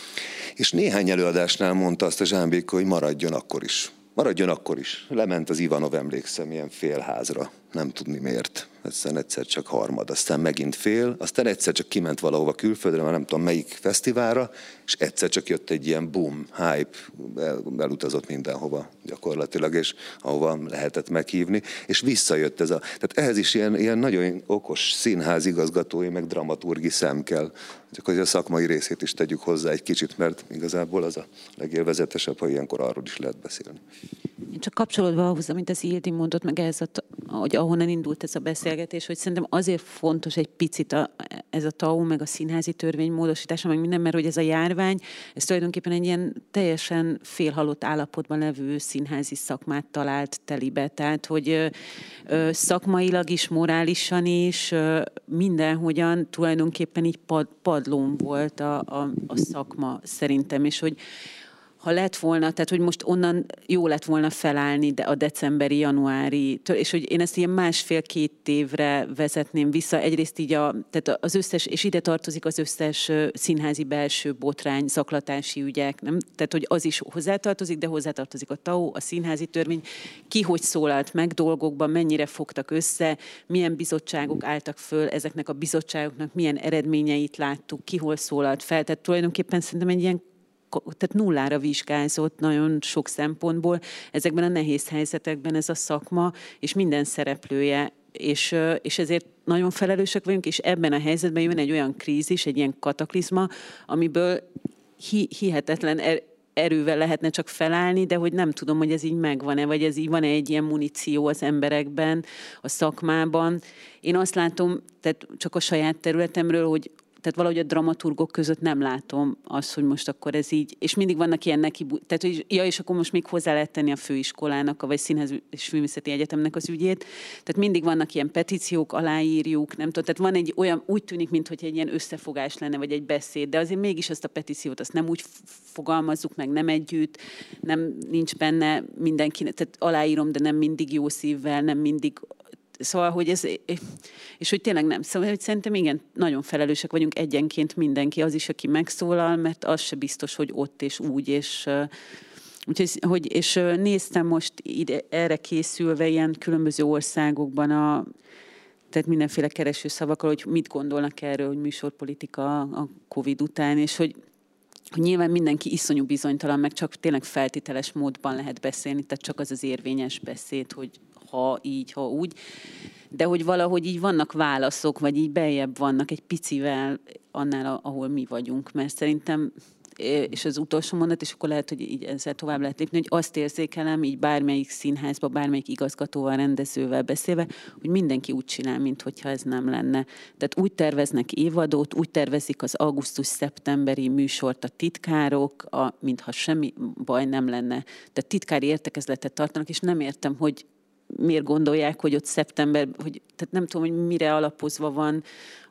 És néhány előadásnál mondta azt a Zsámbék, hogy maradjon akkor is. Maradjon akkor is. Lement az Ivanov, emlékszem, ilyen félházra. Nem tudni miért. Aztán egyszer csak harmad, aztán megint fél, aztán egyszer csak kiment valahova külföldre, már nem tudom melyik fesztiválra, és egyszer csak jött egy ilyen boom, hype, el, elutazott mindenhova gyakorlatilag, és ahova lehetett meghívni, és visszajött ez a... Tehát ehhez is ilyen, ilyen nagyon okos színházigazgatói, meg dramaturgi szem kell. Csak hogy a szakmai részét is tegyük hozzá egy kicsit, mert igazából az a legélvezetesebb, ha ilyenkor arról is lehet beszélni. Én csak kapcsolódva ahhoz, amit az Ildi mondott, meg ez a, hogy ahonnan indult ez a beszélgetés, hogy szerintem azért fontos egy picit a, ez a Tao, meg a színházi törvény módosítása, meg minden, mert hogy ez a járvány, ez tulajdonképpen egy ilyen teljesen félhalott állapotban levő színházi szakmát talált telibe. Tehát, hogy ö, ö, szakmailag is, morálisan is, ö, mindenhogyan tulajdonképpen így pad, padlón volt a, a, a szakma szerintem, és hogy ha lett volna, tehát hogy most onnan jó lett volna felállni de a decemberi, januári, és hogy én ezt ilyen másfél-két évre vezetném vissza, egyrészt így a, tehát az összes, és ide tartozik az összes színházi belső botrány, zaklatási ügyek, nem? Tehát, hogy az is hozzátartozik, de hozzátartozik a Tao, a színházi törvény, ki hogy szólalt meg dolgokban, mennyire fogtak össze, milyen bizottságok álltak föl, ezeknek a bizottságoknak milyen eredményeit láttuk, ki hol szólalt fel, tehát tulajdonképpen szerintem egy ilyen tehát nullára vizsgázott nagyon sok szempontból ezekben a nehéz helyzetekben ez a szakma, és minden szereplője, és, és ezért nagyon felelősek vagyunk, és ebben a helyzetben jön egy olyan krízis, egy ilyen kataklizma, amiből hi, hihetetlen er, erővel lehetne csak felállni, de hogy nem tudom, hogy ez így megvan-e, vagy ez így van-e egy ilyen muníció az emberekben, a szakmában. Én azt látom, tehát csak a saját területemről, hogy tehát valahogy a dramaturgok között nem látom azt, hogy most akkor ez így, és mindig vannak ilyen neki, tehát hogy ja, és akkor most még hozzá lehet tenni a főiskolának, vagy Színház és Filmvészeti Egyetemnek az ügyét. Tehát mindig vannak ilyen petíciók, aláírjuk, nem tudom, tehát van egy olyan, úgy tűnik, mintha egy ilyen összefogás lenne, vagy egy beszéd, de azért mégis ezt a petíciót azt nem úgy fogalmazzuk meg, nem együtt, nem nincs benne mindenki, tehát aláírom, de nem mindig jó szívvel, nem mindig. Szóval, hogy ez, és hogy tényleg nem. Szóval, hogy szerintem igen, nagyon felelősek vagyunk egyenként mindenki, az is, aki megszólal, mert az se biztos, hogy ott és úgy, és, úgyhogy, hogy, és néztem most ide, erre készülve ilyen különböző országokban a, tehát mindenféle kereső szavakkal, hogy mit gondolnak erről, hogy műsorpolitika a Covid után, és hogy hogy nyilván mindenki iszonyú bizonytalan, meg csak tényleg feltételes módban lehet beszélni, tehát csak az az érvényes beszéd, hogy ha így, ha úgy, de hogy valahogy így vannak válaszok, vagy így beljebb vannak egy picivel annál, ahol mi vagyunk, mert szerintem, és az utolsó mondat, és akkor lehet, hogy így ezzel tovább lehet lépni, hogy azt érzékelem, így bármelyik színházba, bármelyik igazgatóval, rendezővel beszélve, hogy mindenki úgy csinál, minthogyha ez nem lenne. Tehát úgy terveznek évadot, úgy tervezik az augusztus-szeptemberi műsort a titkárok, a, mintha semmi baj nem lenne. Tehát titkári értekezletet tartanak, és nem értem, hogy miért gondolják, hogy ott szeptember, hogy, tehát nem tudom, hogy mire alapozva van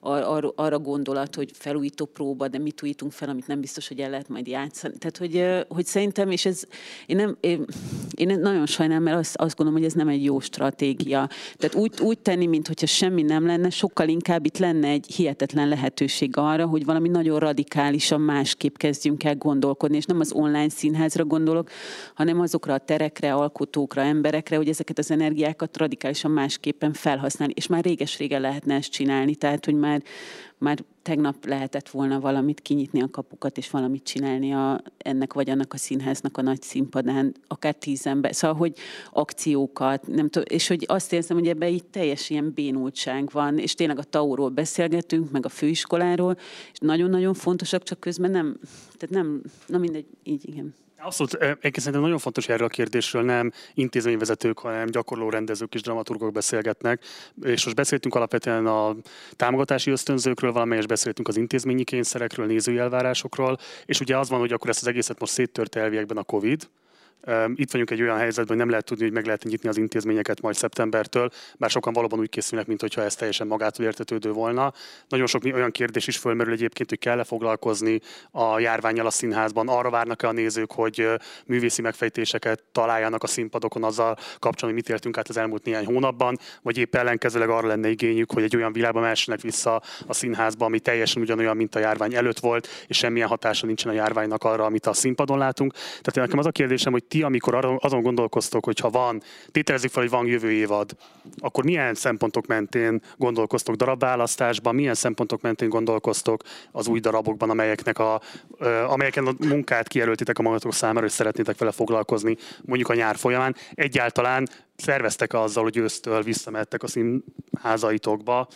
ar- arra gondolat, hogy felújító próba, de mit újítunk fel, amit nem biztos, hogy el lehet majd játszani. Tehát, hogy, hogy szerintem, és ez, én, nem, én, én nagyon sajnálom, mert azt, azt gondolom, hogy ez nem egy jó stratégia. Tehát úgy, úgy tenni, mintha semmi nem lenne, sokkal inkább itt lenne egy hihetetlen lehetőség arra, hogy valami nagyon radikálisan másképp kezdjünk el gondolkodni, és nem az online színházra gondolok, hanem azokra a terekre, alkotókra, emberekre, hogy ezeket az energiákat radikálisan másképpen felhasználni. És már réges-régen lehetne ezt csinálni, tehát, hogy már, már tegnap lehetett volna valamit kinyitni a kapukat, és valamit csinálni a, ennek vagy annak a színháznak a nagy színpadán, akár tíz ember. Szóval, hogy akciókat, nem tudom, és hogy azt érzem, hogy ebben így teljes ilyen bénultság van, és tényleg a Tauról beszélgetünk, meg a főiskoláról, és nagyon-nagyon fontosak, csak közben nem, tehát nem, na mindegy, így igen. Abszolút, egyébként szerintem nagyon fontos erről a kérdésről, nem intézményvezetők, hanem gyakorló rendezők és dramaturgok beszélgetnek. És most beszéltünk alapvetően a támogatási ösztönzőkről, valamelyes beszéltünk az intézményi kényszerekről, nézői elvárásokról, és ugye az van, hogy akkor ezt az egészet most széttörte elviekben a Covid. Itt vagyunk egy olyan helyzetben, hogy nem lehet tudni, hogy meg lehet nyitni az intézményeket majd szeptembertől, bár sokan valóban úgy készülnek, mintha ez teljesen magától értetődő volna. Nagyon sok olyan kérdés is fölmerül egyébként, hogy kell-e foglalkozni a járvánnyal a színházban, arra várnak-e a nézők, hogy művészi megfejtéseket találjanak a színpadokon azzal kapcsolatban, hogy mit éltünk át az elmúlt néhány hónapban, vagy épp ellenkezőleg arra lenne igényük, hogy egy olyan világban mehessenek vissza a színházba, ami teljesen ugyanolyan, mint a járvány előtt volt, és semmilyen hatása nincsen a járványnak arra, amit a színpadon látunk. Tehát nekem az a kérdésem, hogy ti, amikor azon gondolkoztok, hogy ha van, tételezzük fel, hogy van jövő évad, akkor milyen szempontok mentén gondolkoztok darabválasztásban, milyen szempontok mentén gondolkoztok az új darabokban, amelyeknek a, amelyeken a munkát kijelöltitek a magatok számára, hogy szeretnétek vele foglalkozni, mondjuk a nyár folyamán. Egyáltalán szerveztek azzal, hogy ősztől visszamehettek a színházaitokba,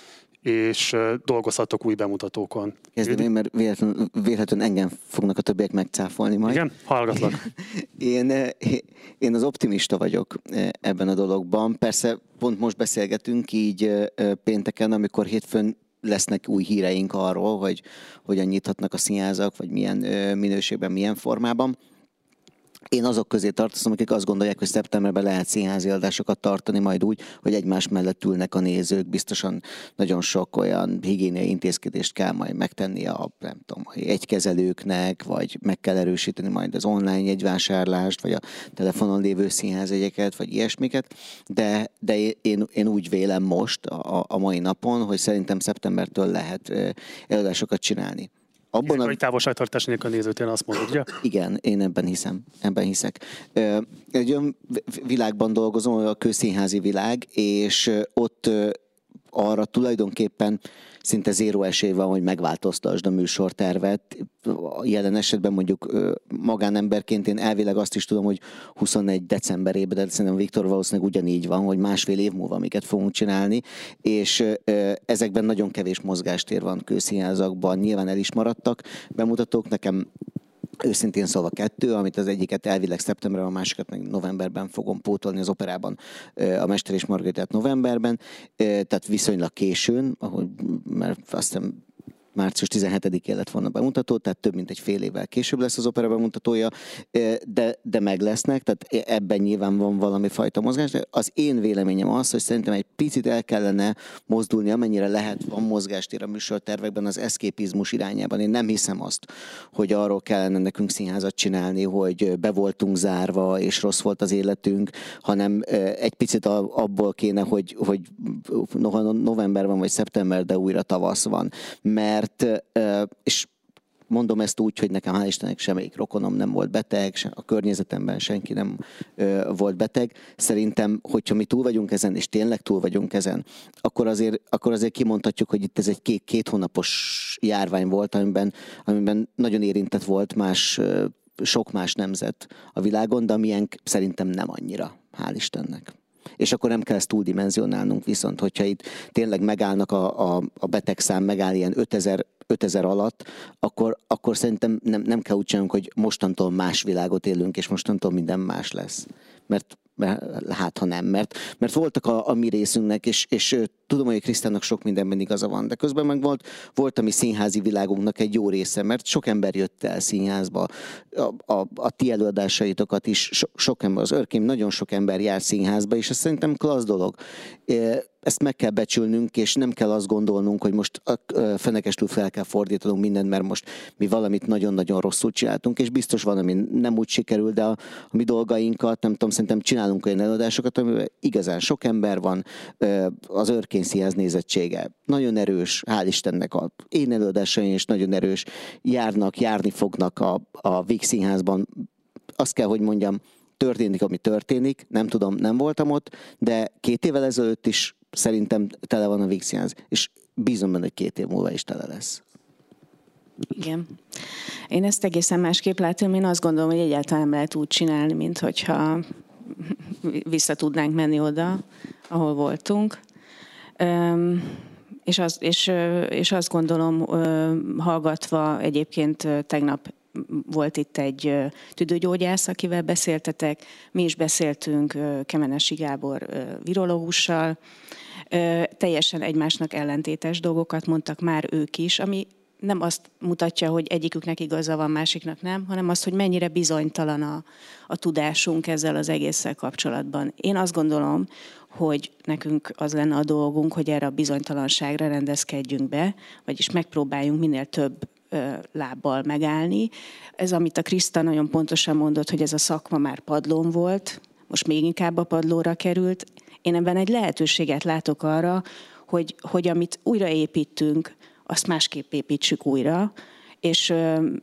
és dolgozhatok új bemutatókon. Kezdem én, mert véletlenül, véletlenül engem fognak a többiek megcáfolni majd. Igen, hallgatlak. Én, én az optimista vagyok ebben a dologban. Persze pont most beszélgetünk így pénteken, amikor hétfőn lesznek új híreink arról, hogy hogyan nyithatnak a színházak, vagy milyen minőségben, milyen formában. Én azok közé tartozom, akik azt gondolják, hogy szeptemberben lehet színházi adásokat tartani majd úgy, hogy egymás mellett ülnek a nézők. Biztosan nagyon sok olyan higiéniai intézkedést kell majd megtenni a, nem tudom, egykezelőknek, vagy meg kell erősíteni majd az online jegyvásárlást, vagy a telefonon lévő színházjegyeket, vagy ilyesmiket. De, de én, én úgy vélem most, a, a mai napon, hogy szerintem szeptembertől lehet előadásokat csinálni. Abban a távolságtartás nélkül a nézőtéren azt mondod, ugye? Igen, én ebben hiszem, ebben hiszek. Egy olyan világban dolgozom, a közszínházi világ, és ott arra tulajdonképpen szinte zéró esély van, hogy megváltoztasd a műsortervet. Jelen esetben mondjuk magánemberként én elvileg azt is tudom, hogy huszonegy decemberében, de szerintem Viktor valószínűleg ugyanígy van, hogy másfél év múlva miket fogunk csinálni, és ezekben nagyon kevés mozgástér van közszínházakban. Nyilván el is maradtak bemutatók, nekem őszintén szólva kettő, amit az egyiket elvileg szeptemberben, a másikat meg novemberben fogom pótolni az operában, a Mester és Margaritát novemberben, tehát viszonylag későn, ahogy, mert azt hiszem március tizenhetedikén lett volna bemutató, tehát több mint egy fél évvel később lesz az opera bemutatója, de, de meg lesznek, tehát ebben nyilván van valami fajta mozgás. De az én véleményem az, hogy szerintem egy picit el kellene mozdulni, amennyire lehet, van mozgástér a műsortervekben az eszképizmus irányában. Én nem hiszem azt, hogy arról kellene nekünk színházat csinálni, hogy be voltunk zárva, és rossz volt az életünk, hanem egy picit abból kéne, hogy, hogy novemberben vagy szeptember, de újra tavasz van. Mert Mert, és mondom ezt úgy, hogy nekem hál' Istennek semmelyik rokonom nem volt beteg, a környezetemben senki nem volt beteg. Szerintem, hogyha mi túl vagyunk ezen, és tényleg túl vagyunk ezen, akkor azért, akkor azért kimondhatjuk, hogy itt ez egy két, két hónapos járvány volt, amiben, amiben nagyon érintett volt más, sok más nemzet a világon, de amilyen szerintem nem annyira, hál' Istennek. És akkor nem kell ezt túldimenzionálnunk, viszont hogyha itt tényleg megállnak a, a, a betegszám, megáll ilyen ötezer alatt, akkor, akkor szerintem nem, nem kell úgy csinálnunk, hogy mostantól más világot élünk, és mostantól minden más lesz. Mert, mert hát ha nem, mert, mert voltak a, a mi részünknek, és, és tudom, hogy Krisztának sok mindenben igaza van, de közben meg volt, volt a mi színházi világunknak egy jó része, mert sok ember jött el színházba, a, a, a ti előadásaitokat is, so, sok ember, az Örkém nagyon sok ember jár színházba, és ez szerintem klassz dolog. ezt meg kell becsülnünk, és nem kell azt gondolnunk, hogy most fenekestül fel kell fordítanunk mindent, mert most mi valamit nagyon-nagyon rosszul csináltunk, és biztos van, ami nem úgy sikerül, de a, a mi dolgainkat, nem tudom, szerintem csinálunk olyan előadásokat, amiben igazán sok ember van, az Örkény Színház nézettsége nagyon erős, hál' Istennek a én előadásaim is nagyon erős, járnak, járni fognak a, a Víg Színházban. Azt kell, hogy mondjam, történik, ami történik, nem tudom, nem voltam ott, de két évvel ezelőtt is szerintem tele van a Víg Színház, és bízom benne, hogy két év múlva is tele lesz. Igen. Én ezt egészen másképp látom. Én azt gondolom, hogy egyáltalán nem lehet úgy csinálni, mint hogyha vissza tudnánk menni oda, ahol voltunk. Um, és, az, és, és azt gondolom, hallgatva egyébként tegnap volt itt egy tüdőgyógyász, akivel beszéltetek, mi is beszéltünk Kemenesi Gábor virológussal, teljesen egymásnak ellentétes dolgokat mondtak már ők is, ami nem azt mutatja, hogy egyiküknek igaza van, másiknak nem, hanem azt, hogy mennyire bizonytalan a, a tudásunk ezzel az egésszel kapcsolatban. Én azt gondolom, hogy nekünk az lenne a dolgunk, hogy erre a bizonytalanságra rendezkedjünk be, vagyis megpróbáljunk minél több ö, lábbal megállni. Ez, amit a Kriszta nagyon pontosan mondott, hogy ez a szakma már padlón volt, most még inkább a padlóra került. Én ebben egy lehetőséget látok arra, hogy, hogy amit újraépítünk, azt másképp építsük újra, és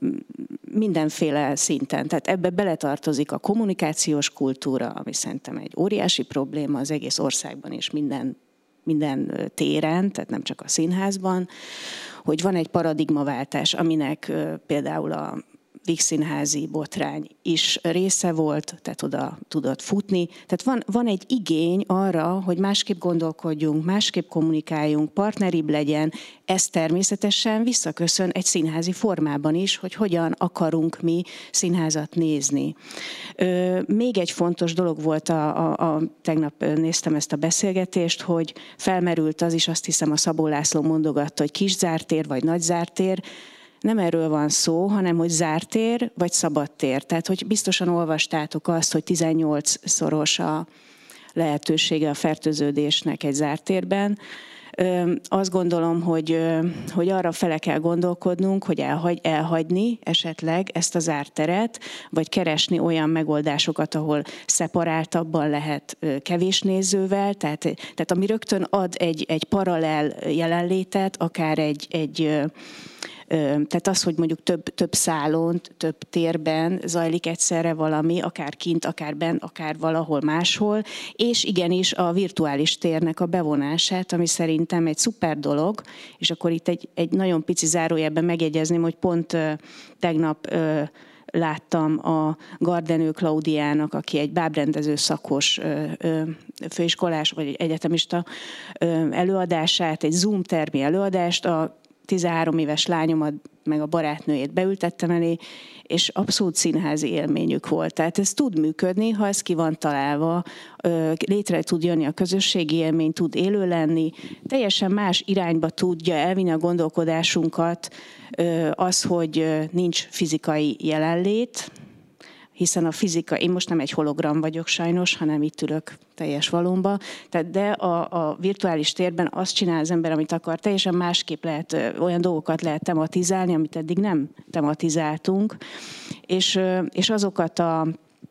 mindenféle szinten. Tehát ebbe beletartozik a kommunikációs kultúra, ami szerintem egy óriási probléma az egész országban és minden, minden téren, tehát nem csak a színházban, hogy van egy paradigmaváltás, aminek például a vígszínházi botrány is része volt, tehát oda tudott futni. Tehát van, van egy igény arra, hogy másképp gondolkodjunk, másképp kommunikáljunk, partneribb legyen. Ez természetesen visszaköszön egy színházi formában is, hogy hogyan akarunk mi színházat nézni. Ö, még egy fontos dolog volt, a, a, a, tegnap néztem ezt a beszélgetést, hogy felmerült az is, azt hiszem a Szabó László mondogatta, hogy kis zártér vagy nagy zártér. Nem erről van szó, hanem hogy zártér vagy szabadtér. Tehát, hogy biztosan olvastátok azt, hogy tizennyolcszoros a lehetősége a fertőződésnek egy zártérben. Azt gondolom, hogy, hogy arra fele kell gondolkodnunk, hogy elhagy, elhagyni esetleg ezt a zárt teret, vagy keresni olyan megoldásokat, ahol szeparáltabban lehet kevés nézővel, tehát, tehát ami rögtön ad egy, egy paralel jelenlétet, akár egy, egy tehát az, hogy mondjuk több, több szálon, több térben zajlik egyszerre valami, akár kint, akár bent, akár valahol máshol, és igenis a virtuális térnek a bevonását, ami szerintem egy szuper dolog, és akkor itt egy, egy nagyon pici zárójelben megjegyezném, hogy pont uh, tegnap uh, láttam a Gardenő Klaudiának, aki egy bábrendező szakos uh, uh, főiskolás vagy egyetemista uh, előadását, egy Zoom termi előadást, a tizenhárom éves lányomat, meg a barátnőjét beültettem elé, és abszolút színházi élményük volt. Tehát ez tud működni, ha ez ki van találva, létre tud jönni a közösségi élmény, tud élő lenni, teljesen más irányba tudja elvinni a gondolkodásunkat az, hogy nincs fizikai jelenlét, hiszen a fizika, én most nem egy hologram vagyok sajnos, hanem itt ülök teljes valómba, tehát de a, a virtuális térben azt csinál az ember, amit akar, teljesen másképp lehet, olyan dolgokat lehet tematizálni, amit eddig nem tematizáltunk, és, és azokat a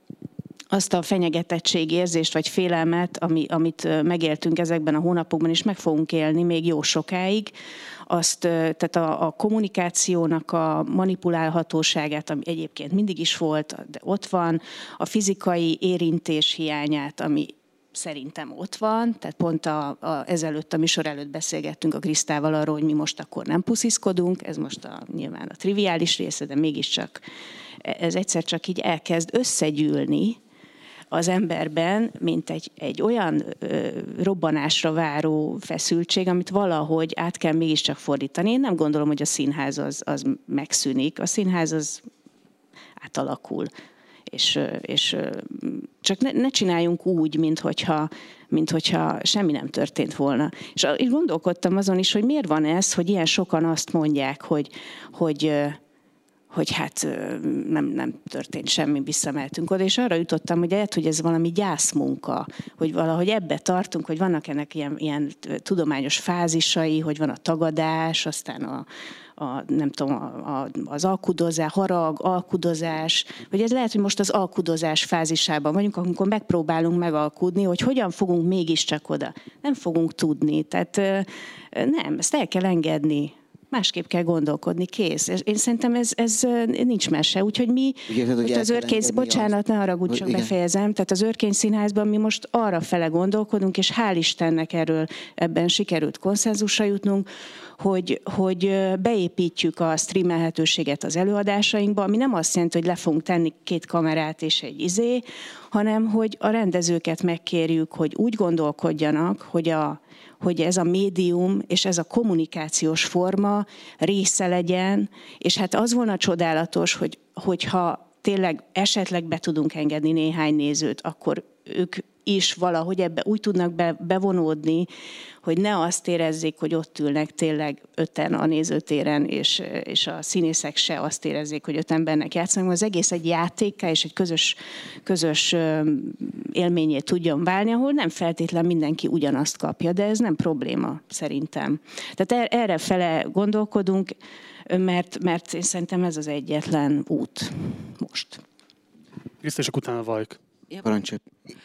azt a fenyegetettségérzést vagy félelmet, ami, amit megéltünk ezekben a hónapokban, és meg fogunk élni még jó sokáig, azt, tehát a, a kommunikációnak a manipulálhatóságát, ami egyébként mindig is volt, de ott van, a fizikai érintés hiányát, ami szerintem ott van, tehát pont a, a, ezelőtt, a műsor előtt beszélgettünk a Krisztával arról, hogy mi most akkor nem pusziszkodunk, ez most a, nyilván a triviális része, de mégiscsak ez egyszer csak így elkezd összegyűlni az emberben, mint egy, egy olyan ö, robbanásra váró feszültség, amit valahogy át kell mégiscsak fordítani. Én nem gondolom, hogy a színház az, az megszűnik. A színház az átalakul. És, és csak ne, ne csináljunk úgy, mint hogyha, mint hogyha semmi nem történt volna. És így gondolkodtam azon is, hogy miért van ez, hogy ilyen sokan azt mondják, hogy, hogy hogy hát nem, nem történt semmi, visszameltünk oda, és arra jutottam, hogy lehet, hogy ez valami gyászmunka, hogy valahogy ebbe tartunk, hogy vannak ennek ilyen, ilyen tudományos fázisai, hogy van a tagadás, aztán a, a nem tudom, a, a, az alkudozás, harag, alkudozás, hogy ez lehet, hogy most az alkudozás fázisában vagyunk, amikor megpróbálunk megalkudni, hogy hogyan fogunk mégiscsak oda. Nem fogunk tudni, tehát nem, ezt el kell engedni. Másképp kell gondolkodni, kész. Én szerintem ez, ez nincs mese, úgyhogy mi Ugye, hogy az Őrkény, bocsánat, ne haragudj, csak befejezem, tehát az Őrkény Színházban mi most arra fele gondolkodunk, és hál' Istennek erről ebben sikerült konszenzusra jutnunk, hogy, hogy beépítjük a streamelhetőséget az előadásainkba, ami nem azt jelenti, hogy le fogunk tenni két kamerát és egy izé, hanem hogy a rendezőket megkérjük, hogy úgy gondolkodjanak, hogy a hogy ez a médium és ez a kommunikációs forma része legyen, és hát az volna csodálatos, hogy, hogyha tényleg esetleg be tudunk engedni néhány nézőt, akkor ők is valahogy ebbe úgy tudnak be, bevonódni, hogy ne azt érezzék, hogy ott ülnek tényleg öten a nézőtéren, és, és a színészek se azt érezzék, hogy öt embernek játszanak, az egész egy játékká és egy közös, közös élményét tudjon válni, ahol nem feltétlen mindenki ugyanazt kapja, de ez nem probléma szerintem. Tehát erre fele gondolkodunk, mert, mert én szerintem ez az egyetlen út most. Kriszta, és utána Vajk. Parancsolj.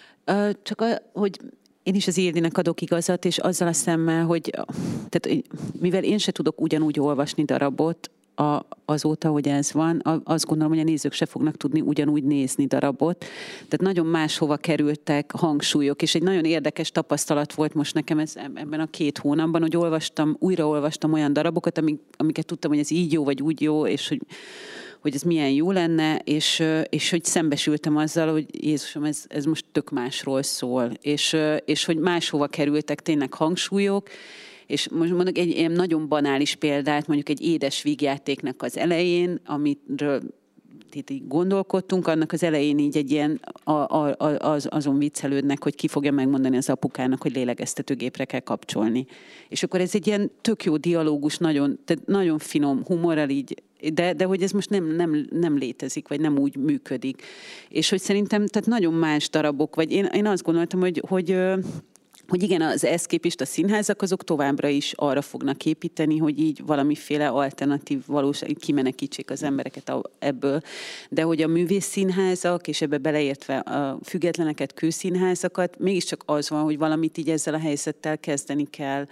Csak, a, hogy én is az Ildinek adok igazat, és azzal a szemmel, hogy tehát, mivel én se tudok ugyanúgy olvasni darabot, a, azóta, hogy ez van, a, azt gondolom, hogy a nézők se fognak tudni ugyanúgy nézni darabot. Tehát nagyon máshova kerültek hangsúlyok, és egy nagyon érdekes tapasztalat volt most nekem ez, ebben a két hónapban, hogy olvastam, újraolvastam olyan darabokat, amik, amiket tudtam, hogy ez így jó, vagy úgy jó, és hogy hogy ez milyen jó lenne, és, és hogy szembesültem azzal, hogy Jézusom, ez, ez most tök másról szól, és, és hogy máshova kerültek tényleg hangsúlyok, és most mondok egy ilyen nagyon banális példát, mondjuk egy édes vígjátéknak az elején, amiről itt így gondolkodtunk, annak az elején így egy ilyen a, a, az, azon viccelődnek, hogy ki fogja megmondani az apukának, hogy lélegeztetőgépre kell kapcsolni. És akkor ez egy ilyen tök jó dialógus, nagyon, tehát nagyon finom humorral így, de, de hogy ez most nem, nem, nem létezik, vagy nem úgy működik. És hogy szerintem tehát nagyon más darabok, vagy én, én azt gondoltam, hogy, hogy hogy igen, az eszképista színházak azok továbbra is arra fognak építeni, hogy így valamiféle alternatív valóság, kimenekítsék az embereket ebből. De hogy a művészszínházak, és ebbe beleértve a függetleneket, kőszínházakat, mégiscsak az van, hogy valamit így ezzel a helyzettel kezdeni kell,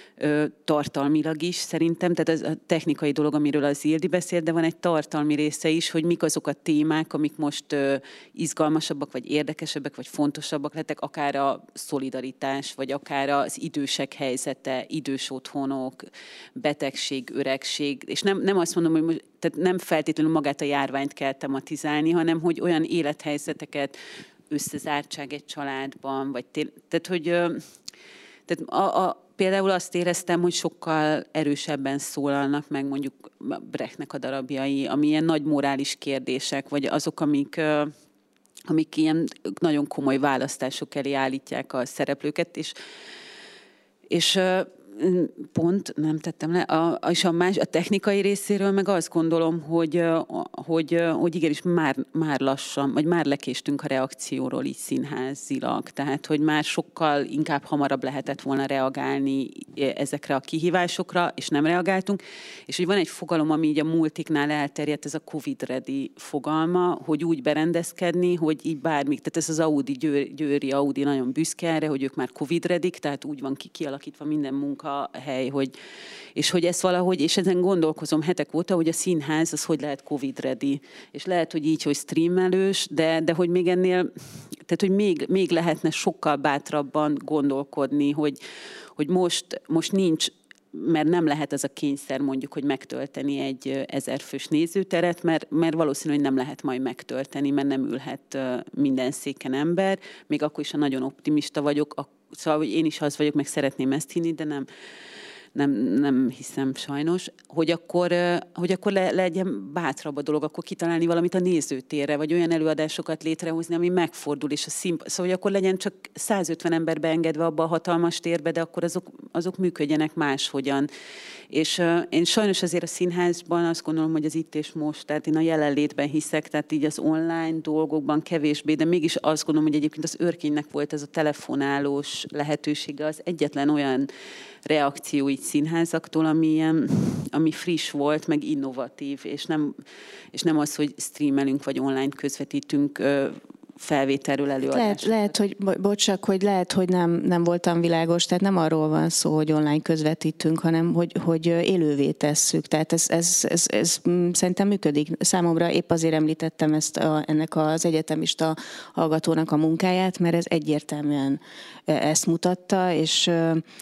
tartalmilag is szerintem, tehát ez a technikai dolog, amiről az Ildi beszélt, de van egy tartalmi része is, hogy mik azok a témák, amik most izgalmasabbak, vagy érdekesebbek, vagy fontosabbak lettek, akár a szolidaritás, vagy akár az idősek helyzete, idős otthonok, betegség, öregség, és nem, nem azt mondom, hogy most, tehát nem feltétlenül magát a járványt kell tematizálni, hanem hogy olyan élethelyzeteket, összezártság egy családban, vagy té- tehát, hogy tehát a, a például azt éreztem, hogy sokkal erősebben szólalnak meg mondjuk Brechtnek a darabjai, ami ilyen nagy morális kérdések, vagy azok, amik, amik ilyen nagyon komoly választások elé állítják a szereplőket, és, és pont nem tettem le, a, és a, más, a technikai részéről meg azt gondolom, hogy, hogy, hogy igenis már, már lassan, vagy már lekéstünk a reakcióról így színházilag, tehát hogy már sokkal inkább hamarabb lehetett volna reagálni ezekre a kihívásokra, és nem reagáltunk, és hogy van egy fogalom, ami így a multiknál elterjedt, ez a Covid-ready fogalma, hogy úgy berendezkedni, hogy így bármik, tehát ez az Audi, Győr, Győri Audi nagyon büszke erre, hogy ők már Covid-readik, tehát úgy van ki, kialakítva minden munka a hely, hogy, és hogy ezt valahogy, és ezen gondolkozom hetek óta, hogy a színház az hogy lehet Covid-ready, és lehet, hogy így, hogy streamelős, de, de hogy még ennél, tehát hogy még, még lehetne sokkal bátrabban gondolkodni, hogy, hogy most, most nincs, mert nem lehet ez a kényszer mondjuk, hogy megtölteni egy ezerfős nézőteret, mert, mert valószínű, hogy nem lehet majd megtölteni, mert nem ülhet minden széken ember, még akkor is, ha nagyon optimista vagyok, szóval hogy én is az vagyok, meg szeretném ezt hinni, de nem, nem, nem hiszem sajnos, hogy akkor, hogy akkor le, legyen bátrabb a dolog, akkor kitalálni valamit a nézőtérre, vagy olyan előadásokat létrehozni, ami megfordul, és a színpad, szóval hogy akkor legyen csak százötven ember beengedve abba a hatalmas térbe, de akkor azok, azok működjenek máshogyan. És uh, én sajnos azért a színházban azt gondolom, hogy az itt és most, tehát én a jelenlétben hiszek, tehát így az online dolgokban kevésbé, de mégis azt gondolom, hogy egyébként az Örkénynek volt ez a telefonálós lehetősége, az egyetlen olyan reakció így színházaktól, ami, ilyen, ami friss volt, meg innovatív, és nem, és nem az, hogy streamelünk, vagy online közvetítünk felvételről előadásokat. Lehet, lehet, hogy, bocsak, hogy lehet, hogy nem, nem voltam világos, tehát nem arról van szó, hogy online közvetítünk, hanem hogy, hogy élővé tesszük. Tehát ez, ez, ez, ez szerintem működik. Számomra épp azért említettem ezt a, ennek az egyetemista hallgatónak a munkáját, mert ez egyértelműen ezt mutatta, és,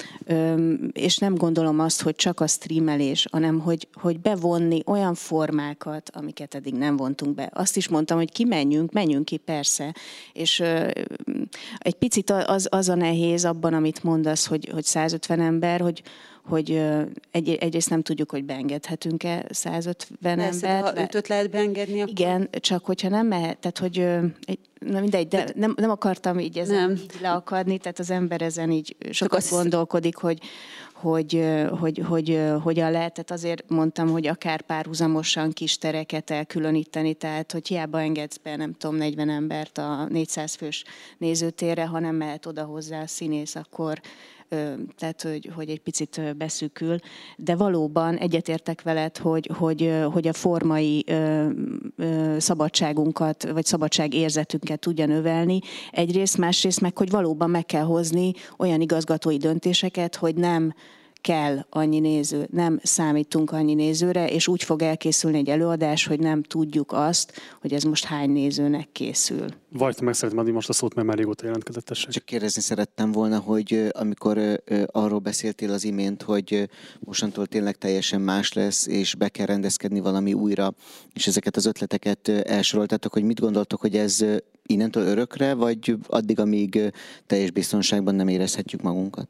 és nem gondolom azt, hogy csak a streamelés, hanem hogy, hogy bevonni olyan formákat, amiket eddig nem vontunk be. Azt is mondtam, hogy kimenjünk, menjünk ki, persze. És egy picit az, az a nehéz abban, amit mondasz, hogy, hogy százötven ember, hogy, hogy egy, egyrészt nem tudjuk, hogy beengedhetünk-e százötven Persze, embert. ha ötöt lehet beengedni, akkor... Igen, csak hogyha nem mehet, tehát hogy egy, na mindegy, de nem, nem akartam így ezen nem. így leakadni, tehát az ember ezen így sokat az... gondolkodik, hogy hogy, hogy, hogy hogyan lehet, tehát azért mondtam, hogy akár párhuzamosan kis tereket elkülöníteni, tehát hogy hiába engedsz be, nem tudom, negyven embert a négyszáz fős nézőtérre, ha nem mehet oda hozzá a színész, akkor tehát, hogy, hogy egy picit beszűkül, de valóban egyetértek veled, hogy, hogy, hogy a formai szabadságunkat, vagy szabadságérzetünket tudja növelni. Egyrészt, másrészt meg, hogy valóban meg kell hozni olyan igazgatói döntéseket, hogy nem kell annyi néző, nem számítunk annyi nézőre, és úgy fog elkészülni egy előadás, hogy nem tudjuk azt, hogy ez most hány nézőnek készül. Vajta, meg szeretném adni most a szót, mert már régóta jelentkezett, tessék. Csak kérdezni szerettem volna, hogy amikor arról beszéltél az imént, hogy mostantól tényleg teljesen más lesz, és be kell rendezkedni valami újra, és ezeket az ötleteket elsoroltátok, hogy mit gondoltok, hogy ez innentől örökre, vagy addig, amíg teljes biztonságban nem érezhetjük magunkat?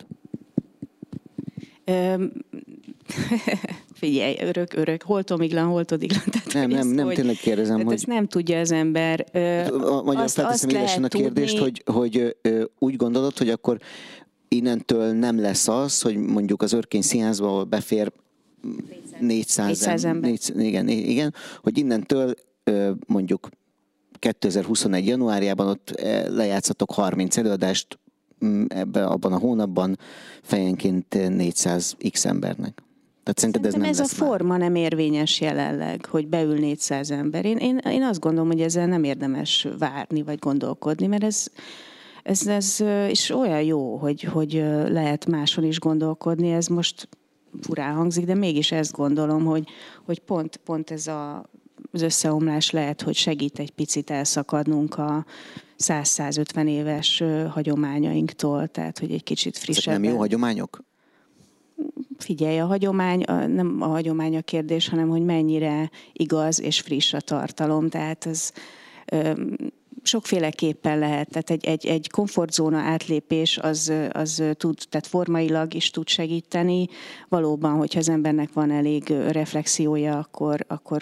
Figyelj, örök, örök, holtomiglan, holtodiglan. Nem, nem, nem, tényleg kérdezem, hogy... Ezt nem tudja az ember. Magyarul felteszem élesen a kérdést, hogy, hogy úgy gondolod, hogy akkor innentől nem lesz az, hogy mondjuk az Örkény Színházba, ahol befér négyszáz ember. Igen, igen, hogy innentől mondjuk kétezer-huszonegy januárjában ott lejátszatok harminc előadást, ebben, abban a hónapban fejenként négyszáz x embernek. Tehát szerinted ez nem ez lesz a forma már nem érvényes jelenleg, hogy beül négyszáz ember. Én, én, én azt gondolom, hogy ezzel nem érdemes várni, vagy gondolkodni, mert ez, ez, ez is olyan jó, hogy, hogy lehet máson is gondolkodni. Ez most furán hangzik, de mégis ezt gondolom, hogy, hogy pont, pont ez a, az összeomlás lehet, hogy segít egy picit elszakadnunk a száz-százötven éves hagyományainktól, tehát hogy egy kicsit frissebb. Ezek nem jó hagyományok? Figyelj, a hagyomány, nem a hagyomány a kérdés, hanem hogy mennyire igaz és friss a tartalom, tehát ez sokféleképpen lehet, tehát egy, egy, egy komfortzóna átlépés az, az tud, tehát formailag is tud segíteni. Valóban, hogyha az embernek van elég reflexiója, akkor, akkor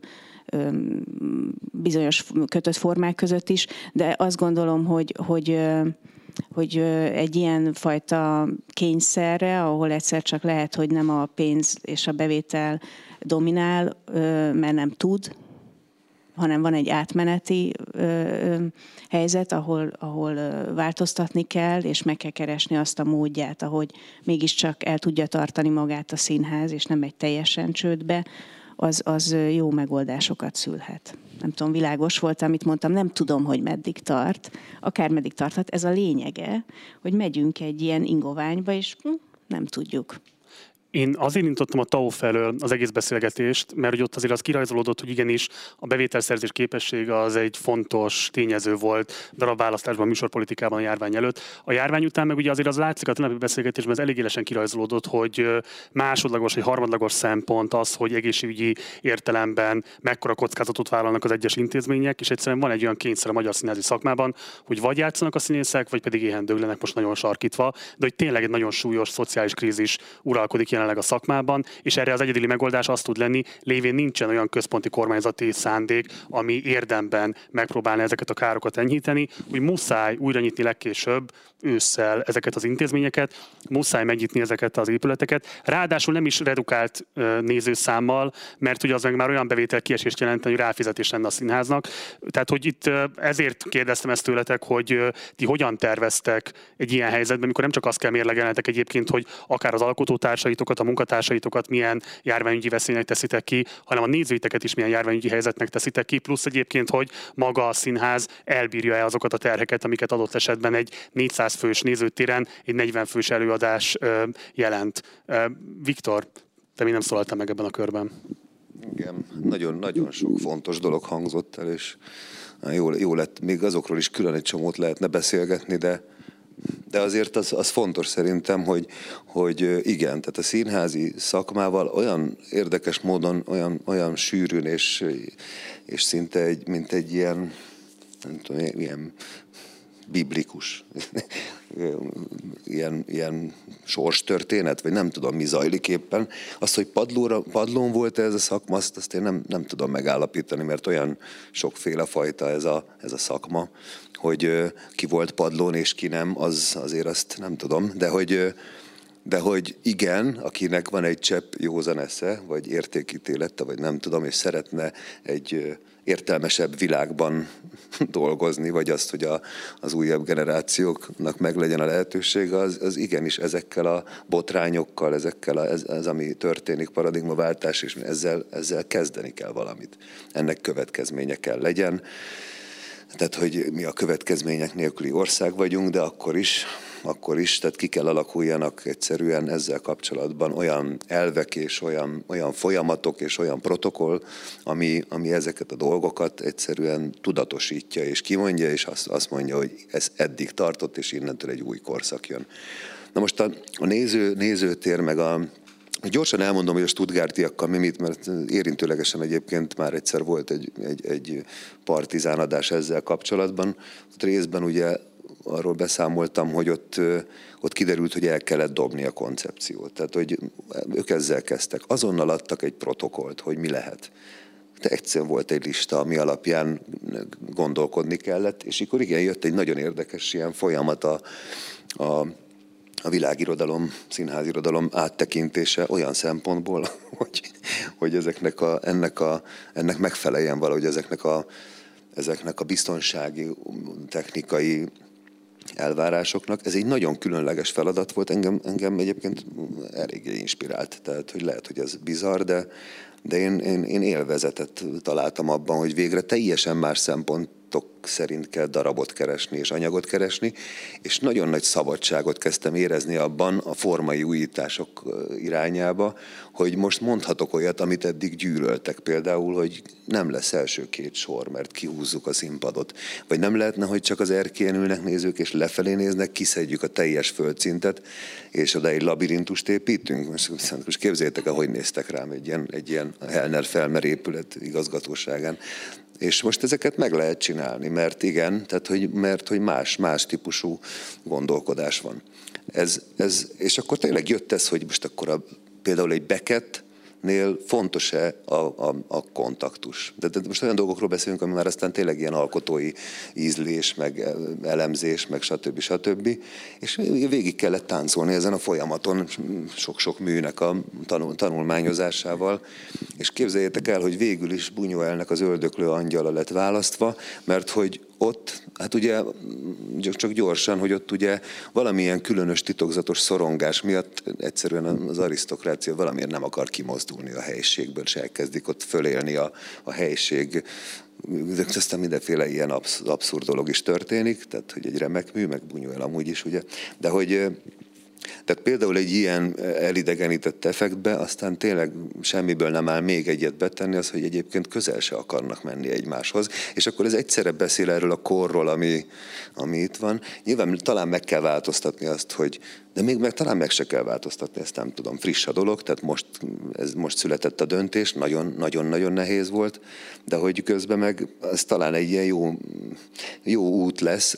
bizonyos kötött formák között is, de azt gondolom, hogy, hogy, hogy egy ilyen fajta kényszerre, ahol egyszer csak lehet, hogy nem a pénz és a bevétel dominál, mert nem tud, hanem van egy átmeneti helyzet, ahol, ahol változtatni kell, és meg kell keresni azt a módját, ahogy mégiscsak el tudja tartani magát a színház, és nem egy teljesen csődbe, az, az jó megoldásokat szülhet. Nem tudom, világos volt, amit mondtam, nem tudom, hogy meddig tart, akár meddig tarthat. Ez a lényege, hogy megyünk egy ilyen ingoványba, és hm, nem tudjuk. Én azért indítottam a té á o felől az egész beszélgetést, mert hogy ott azért az kirajzolódott, hogy igenis a bevételszerzés képessége az egy fontos tényező volt darabválasztásban, műsorpolitikában a járvány előtt. A járvány után meg ugye azért az látszik a tegnapi beszélgetésben, ez elég élesen kirajzolódott, hogy másodlagos vagy harmadlagos szempont az, hogy egészségügyi értelemben mekkora kockázatot vállalnak az egyes intézmények, és egyszerűen van egy olyan kényszer a magyar színházi szakmában, hogy vagy játszanak a színészek, vagy pedig éhen döglenek, most nagyon sarkítva, de hogy tényleg egy nagyon súlyos szociális krízis uralkodik jelen jelenleg a szakmában, és erre az egyedüli megoldás az tud lenni, lévén nincsen olyan központi kormányzati szándék, ami érdemben megpróbálna ezeket a károkat enyhíteni, hogy muszáj újra nyitni legkésőbb ősszel ezeket az intézményeket, muszáj megnyitni ezeket az épületeket. Ráadásul nem is redukált nézőszámmal, mert ugye az meg már olyan bevétel kiesést jelenteni, hogy ráfizetés lenne a színháznak. Tehát, hogy itt ezért kérdeztem ezt tőletek, hogy ti hogyan terveztek egy ilyen helyzetben, amikor nem csak azt kell mérlegelnetek egyébként, hogy akár az alkotótársaitokat, a munkatársaitokat milyen járványügyi veszélynek teszitek ki, hanem a nézőiteket is milyen járványügyi helyzetnek teszitek ki, plusz egyébként, hogy maga a színház elbírja-e azokat a terheket, amiket adott esetben egy négyszáz fős nézőtéren egy negyven fős előadás jelent. Viktor, te még nem szólaltál meg ebben a körben. Igen, nagyon-nagyon sok fontos dolog hangzott el, és jó, jó lett, még azokról is külön egy csomót lehetne beszélgetni, de, de azért az, az fontos szerintem, hogy, hogy igen, tehát a színházi szakmával olyan érdekes módon, olyan, olyan sűrűn, és, és szinte egy, mint egy ilyen, nem tudom, ilyen biblikus, ilyen, ilyen sorstörténet, vagy nem tudom, mi zajlik éppen. Azt, hogy padlóra, padlón volt ez a szakma, azt, azt én nem, nem tudom megállapítani, mert olyan sokféle fajta ez a, ez a szakma, hogy ki volt padlón és ki nem, az, azért azt nem tudom, de hogy, de hogy igen, akinek van egy csepp józan esze, vagy értékítélete, vagy nem tudom, és szeretne egy értelmesebb világban dolgozni, vagy azt, hogy a, az újabb generációknak meglegyen a lehetősége, az, az igenis ezekkel a botrányokkal, ezekkel a, ez, ez, ami történik, paradigmaváltás, és ezzel, ezzel kezdeni kell valamit. Ennek következménye kell legyen. Tehát, hogy mi a következmények nélküli ország vagyunk, de akkor is, akkor is, tehát ki kell alakuljanak egyszerűen ezzel kapcsolatban olyan elvek és olyan, olyan folyamatok és olyan protokoll, ami, ami ezeket a dolgokat egyszerűen tudatosítja és kimondja, és azt, azt mondja, hogy ez eddig tartott, és innentől egy új korszak jön. Na most a, a néző, nézőtér, meg a gyorsan elmondom, hogy a stuttgartiakkal mi mit, mert érintőlegesen egyébként már egyszer volt egy, egy, egy partizánadás ezzel kapcsolatban. Ott részben ugye arról beszámoltam, hogy ott, ott kiderült, hogy el kellett dobni a koncepciót. Tehát, hogy ők ezzel kezdtek. Azonnal adtak egy protokollt, hogy mi lehet. De egyszerűen volt egy lista, ami alapján gondolkodni kellett, és akkor igen, jött egy nagyon érdekes ilyen folyamat a, a a világirodalom, színházirodalom áttekintése olyan szempontból, hogy, hogy ezeknek, a, ennek, a, ennek megfeleljen valahogy ezeknek a, ezeknek a biztonsági, technikai elvárásoknak. Ez egy nagyon különleges feladat volt, engem, engem egyébként eléggé inspirált. Tehát, hogy lehet, hogy ez bizarr, de, de én, én, én élvezetet találtam abban, hogy végre teljesen más szempont szerint kell darabot keresni és anyagot keresni, és nagyon nagy szabadságot kezdtem érezni abban a formai újítások irányába, hogy most mondhatok olyat, amit eddig gyűlöltek. Például, hogy nem lesz első két sor, mert kihúzzuk a színpadot. Vagy nem lehetne, hogy csak az erkélyen ülnek nézők, és lefelé néznek, kiszedjük a teljes földszintet, és oda egy labirintust építünk. Most, most képzeljétek el, hogy néztek rám egy ilyen, egy ilyen Hellner-Felmer épület igazgatóságán. És most ezeket meg lehet csinálni, mert igen, tehát hogy, mert hogy más, más típusú gondolkodás van. Ez, ez, és akkor tényleg jött ez, hogy most akkor a, például egy Beckett-nél fontos-e a, a, a kontaktus. De, de most olyan dolgokról beszélünk, ami már aztán tényleg ilyen alkotói ízlés, meg elemzés, meg stb. stb. És végig kellett táncolni ezen a folyamaton, sok-sok műnek a tanul, tanulmányozásával. És képzeljétek el, hogy végül is Buñuelnek az Öldöklő angyala lett választva, mert hogy ott, hát ugye csak gyorsan, hogy ott ugye valamilyen különös titokzatos szorongás miatt egyszerűen az arisztokrácia valamiért nem akar kimozdulni a helyiségből, és elkezdik ott fölélni a, a helység. De aztán mindenféle ilyen absz, abszurd dolog is történik, tehát hogy egy remek mű, meg Buñuel amúgy is, ugye, de hogy tehát például egy ilyen elidegenített effektbe aztán tényleg semmiből nem áll még egyet betenni, az, hogy egyébként közel se akarnak menni egymáshoz. És akkor ez egyszerre beszél erről a korról, ami, ami itt van. Nyilván talán meg kell változtatni azt, hogy de még meg talán meg se kell változtatni, ezt nem tudom, friss a dolog, tehát most, ez most született a döntés, nagyon-nagyon nehéz volt, de hogy közben meg ez talán egy ilyen jó, jó út lesz. Most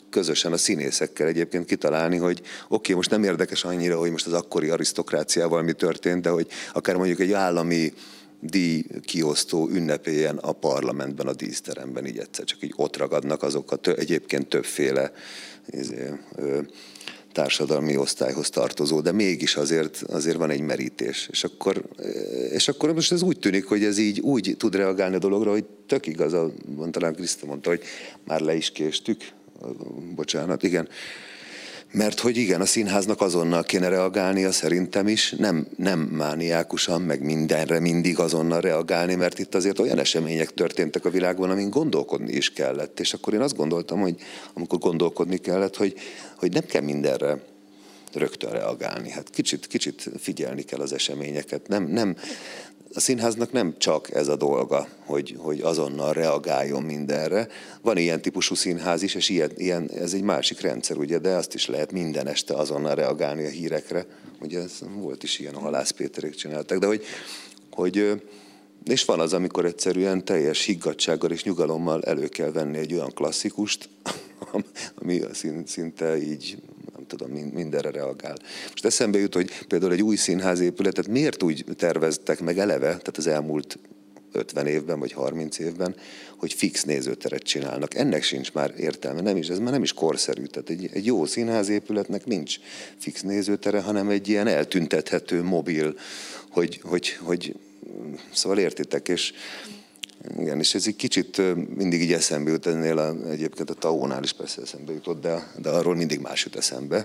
közösen a színészekkel egyébként kitalálni, hogy oké, okay, most nem érdekes annyira, hogy most az akkori arisztokráciával mi történt, de hogy akár mondjuk egy állami díj kiosztó ünnepélyen a parlamentben, a díszteremben, így egyszer csak így ott ragadnak azok a tö- egyébként többféle izé, ö, társadalmi osztályhoz tartozó, de mégis azért, azért van egy merítés. És akkor, és akkor most ez úgy tűnik, hogy ez így úgy tud reagálni a dologra, hogy tök igaz, a, talán Kriszta mondta, hogy már le is késtük. Bocsánat, igen. Mert hogy igen, a színháznak azonnal kéne reagálnia szerintem is, nem, nem mániákusan, meg mindenre mindig azonnal reagálni, mert itt azért olyan események történtek a világban, amin gondolkodni is kellett. És akkor én azt gondoltam, hogy amikor gondolkodni kellett, hogy, hogy nem kell mindenre rögtön reagálni. Hát kicsit, kicsit figyelni kell az eseményeket. Nem, nem, a színháznak nem csak ez a dolga, hogy, hogy azonnal reagáljon mindenre. Van ilyen típusú színház is, és ilyen, ilyen, ez egy másik rendszer, ugye, de azt is lehet minden este azonnal reagálni a hírekre. Ugye ez volt is ilyen, a Halász Péterék csináltak, de hogy, hogy és van az, amikor egyszerűen teljes higgadtsággal és nyugalommal elő kell venni egy olyan klasszikust, ami szinte így, nem tudom, mindenre reagál. Most eszembe jut, hogy például egy új színházépületet miért úgy terveztek meg eleve, tehát az elmúlt ötven évben vagy harminc évben, hogy fix nézőteret csinálnak. Ennek sincs már értelme, nem is, ez már nem is korszerű. Tehát egy, egy jó színházépületnek nincs fix nézőtere, hanem egy ilyen eltüntethető mobil, hogy, hogy, hogy szóval értitek, és igen, és ez egy kicsit mindig így eszembe jut ennél, a, egyébként a Taónál is persze eszembe jutott, de, de arról mindig más jut eszembe.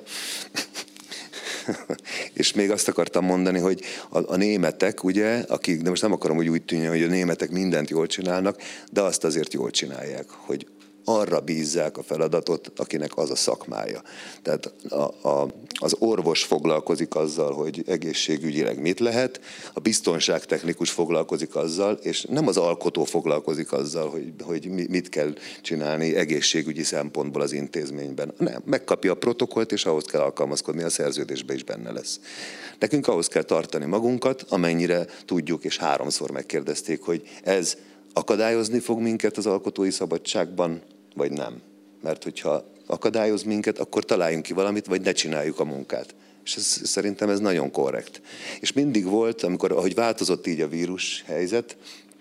És még azt akartam mondani, hogy a, a németek, ugye, akik, de most nem akarom, hogy úgy tűnjön, hogy a németek mindent jól csinálnak, de azt azért jól csinálják, hogy arra bízzák a feladatot, akinek az a szakmája. Tehát a, a, az orvos foglalkozik azzal, hogy egészségügyileg mit lehet, a biztonságtechnikus foglalkozik azzal, és nem az alkotó foglalkozik azzal, hogy, hogy mit kell csinálni egészségügyi szempontból az intézményben. Nem, megkapja a protokollt, és ahhoz kell alkalmazkodni, a szerződésben is benne lesz. Nekünk ahhoz kell tartani magunkat, amennyire tudjuk, és háromszor megkérdezték, hogy ez akadályozni fog minket az alkotói szabadságban, vagy nem. Mert hogyha akadályoz minket, akkor találjunk ki valamit, vagy ne csináljuk a munkát. És ez, szerintem ez nagyon korrekt. És mindig volt, amikor, ahogy változott így a vírus helyzet,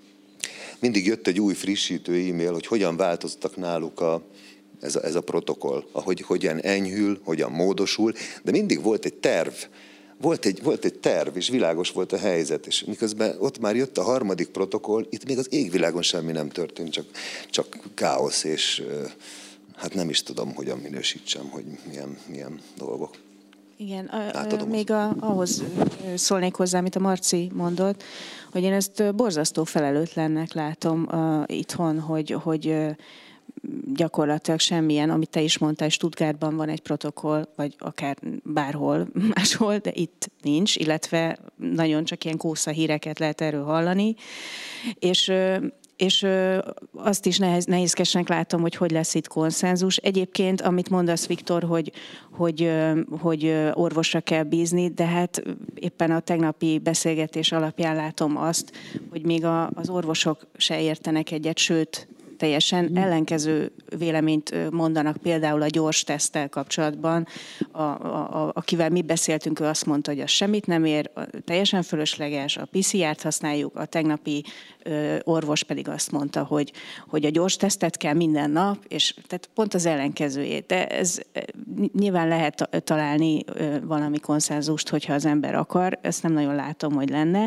mindig jött egy új frissítő e-mail, hogy hogyan változtak náluk a, ez, a, ez a protokoll, ahogy hogyan enyhül, hogyan módosul, de mindig volt egy terv. Volt egy, volt egy terv, és világos volt a helyzet, és miközben ott már jött a harmadik protokoll, itt még az égvilágon semmi nem történt, csak, csak káosz, és hát nem is tudom, hogyan minősítsem, hogy milyen, milyen dolgok. Igen, a, még a, ahhoz szólnék hozzá, amit a Marci mondott, hogy én ezt borzasztó felelőtlennek látom uh, itthon, hogy, hogy uh, gyakorlatilag semmilyen, amit te is mondtál, Stuttgartban van egy protokoll, vagy akár bárhol máshol, de itt nincs, illetve nagyon csak ilyen kósza híreket lehet erről hallani, és és azt is nehéz, nehézkesnek látom, hogy hogy lesz itt konszenzus. Egyébként, amit mondasz, Viktor, hogy, hogy, hogy orvosra kell bízni, de hát éppen a tegnapi beszélgetés alapján látom azt, hogy még a, az orvosok se értenek egyet, sőt, teljesen ellenkező véleményt mondanak például a gyors teszttel kapcsolatban. A, a, a, akivel mi beszéltünk, ő azt mondta, hogy az semmit nem ér, teljesen fölösleges, a pé cé er-t használjuk, a tegnapi ö, orvos pedig azt mondta, hogy, hogy a gyors tesztet kell minden nap, és tehát pont az ellenkezőjét. De ez nyilván lehet találni ö, valami konszenzust, hogyha az ember akar, ezt nem nagyon látom, hogy lenne.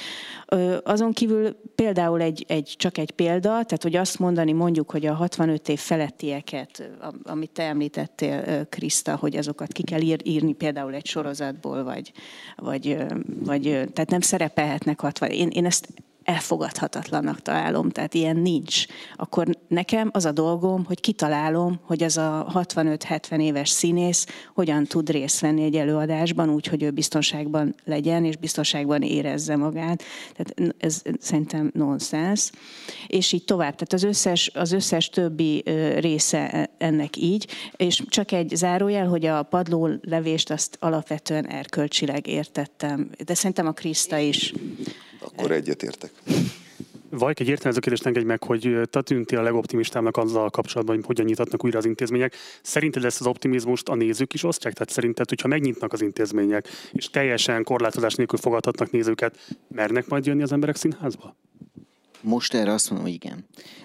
Azon kívül például egy, egy, csak egy példa, tehát hogy azt mondani mondjuk, hogy a hatvanöt év felettieket, amit te említettél, Kriszta, hogy azokat ki kell ír, írni például egy sorozatból, vagy, vagy, vagy tehát nem szerepelhetnek hatvan. Én, én ezt elfogadhatatlannak találom, tehát ilyen nincs. Akkor nekem az a dolgom, hogy kitalálom, hogy az a hatvanöt-hetven éves színész hogyan tud részt venni egy előadásban, úgy, hogy ő biztonságban legyen, és biztonságban érezze magát. Tehát ez szerintem nonsens. És így tovább. Tehát az összes, az összes többi része ennek így, és csak egy zárójel, hogy a padlólevést azt alapvetően erkölcsileg értettem. De szerintem a Kriszta is. Akkor egyetértek. Vajk, egy értelmező kérdést engedj meg, hogy te tűntél a legoptimistábbnak azzal kapcsolatban, hogy hogyan nyitatnak újra az intézmények. Szerinted ezt az optimizmust a nézők is osztják? Tehát szerinted, hogyha megnyitnak az intézmények, és teljesen korlátozás nélkül fogadhatnak nézőket, mernek majd jönni az emberek színházba? Most erre azt mondom, hogy igen.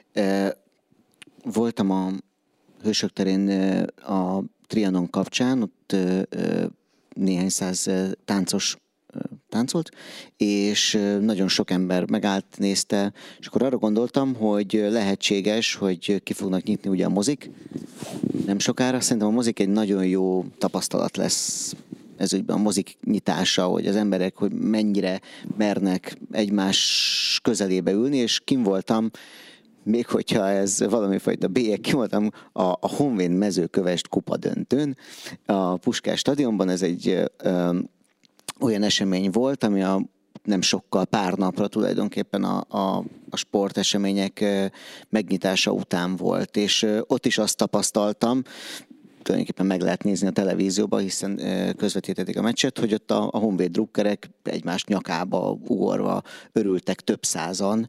Voltam a Hősök terén a Trianon kapcsán, ott néhány száz táncos táncolt, és nagyon sok ember megállt, nézte, és akkor arra gondoltam, hogy lehetséges, hogy ki fognak nyitni ugye a mozik. Nem sokára, szerintem a mozik egy nagyon jó tapasztalat lesz ez ügyben, a mozik nyitása, hogy az emberek, hogy mennyire mernek egymás közelébe ülni, és kim voltam, még hogyha ez valamifajta bélyeg, kim voltam a, a Honvéd Mezőkövesd kupa döntőn, a Puskás stadionban. Ez egy ö, olyan esemény volt, ami a, nem sokkal, pár napra tulajdonképpen a, a, a sportesemények megnyitása után volt, és ott is azt tapasztaltam, tulajdonképpen meg lehet nézni a televízióban, hiszen közvetítették a meccset, hogy ott a, a honvéd drukkerek egymás nyakába ugorva örültek több százan,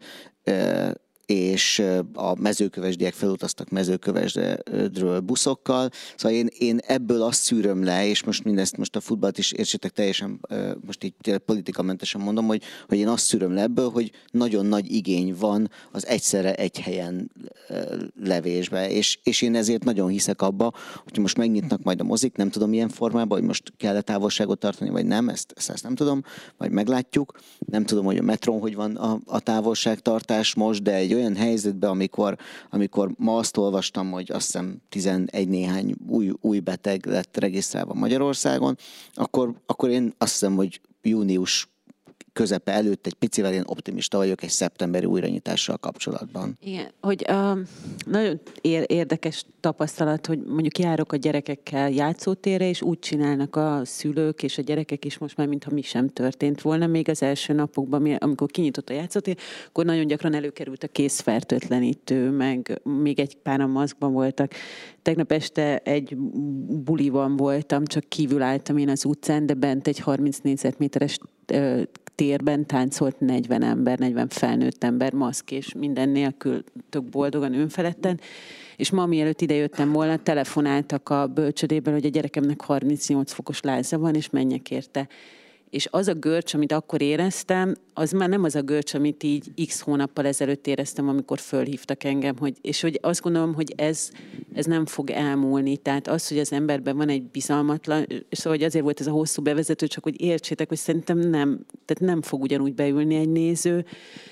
és a mezőkövesdiek felutaztak Mezőkövesdről buszokkal. Szóval én, én ebből azt szűröm le, és most mindezt most a futballt is értsétek teljesen, most így politikamentesen mondom, hogy, hogy én azt szűröm le ebből, hogy nagyon nagy igény van az egyszerre egy helyen levésbe, és, és én ezért nagyon hiszek abba, hogy most megnyitnak majd a mozik, nem tudom milyen formában, hogy most kell-e távolságot tartani, vagy nem, ezt, ezt, ezt nem tudom, majd meglátjuk. Nem tudom, hogy a metron hogy van a, a távolságtartás most, de egy olyan helyzetben, amikor, amikor ma azt olvastam, hogy azt hiszem tizenegy néhány új, új beteg lett regisztrálva Magyarországon, akkor, akkor én azt hiszem, hogy június közepe előtt egy picivel én optimista vagyok egy szeptemberi újranyitással kapcsolatban. Igen, hogy uh, nagyon érdekes tapasztalat, hogy mondjuk járok a gyerekekkel játszótérre, és úgy csinálnak a szülők és a gyerekek is most már, mintha mi sem történt volna. Még az első napokban, amikor kinyitott a játszótér, akkor nagyon gyakran előkerült a kézfertőtlenítő, meg még egy páran maszkban voltak. Tegnap este egy buliban voltam, csak kívül álltam én az utcán, de bent egy harminc négyzetméteres uh, térben táncolt negyven ember, negyven felnőtt ember, maszk és minden nélkül, tök boldogan önfeledten. És ma, mielőtt idejöttem volna, telefonáltak a bölcsödéből, hogy a gyerekemnek harmincnyolc fokos láza van, és menjek érte. És az a görcs, amit akkor éreztem, az már nem az a görcs, amit így x hónappal ezelőtt éreztem, amikor fölhívtak engem. Hogy, és hogy azt gondolom, hogy ez, ez nem fog elmúlni. Tehát az, hogy az emberben van egy bizalmatlan, szóval hogy azért volt ez a hosszú bevezető, csak hogy értsétek, hogy szerintem nem, tehát nem fog ugyanúgy beülni egy néző.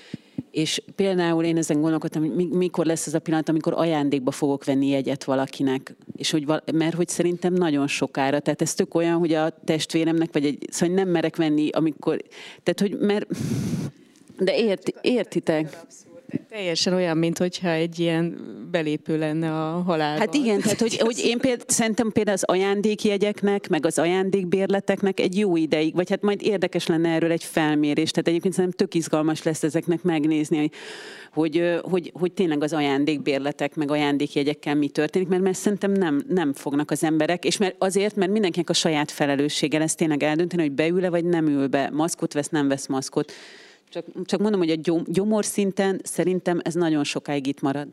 És például én ezen gondolkodtam, hogy mikor lesz az a pillanat, amikor ajándékba fogok venni jegyet valakinek. És hogy val- mert hogy szerintem nagyon sokára. Tehát ez tök olyan, hogy a testvéremnek, vagy egy, szóval nem merek venni, amikor... Tehát, hogy mert... De érti, értitek? Teljesen olyan, mint hogyha egy ilyen belépő lenne a halálba. Hát igen, tehát hogy, hogy én például, szerintem például az ajándékjegyeknek, meg az ajándékbérleteknek egy jó ideig, vagy hát majd érdekes lenne erről egy felmérés, tehát egyébként szerintem tök izgalmas lesz ezeknek megnézni, hogy, hogy, hogy, hogy tényleg az ajándékbérletek, meg ajándékjegyekkel mi történik, mert, mert szerintem nem, nem fognak az emberek, és mert azért, mert mindenkinek a saját felelőssége lesz tényleg eldönteni, hogy beül-e, vagy nem ül be, maszkot vesz, nem vesz maszkot. Csak, csak mondom, hogy a gyom, gyomor szinten szerintem ez nagyon sokáig itt marad.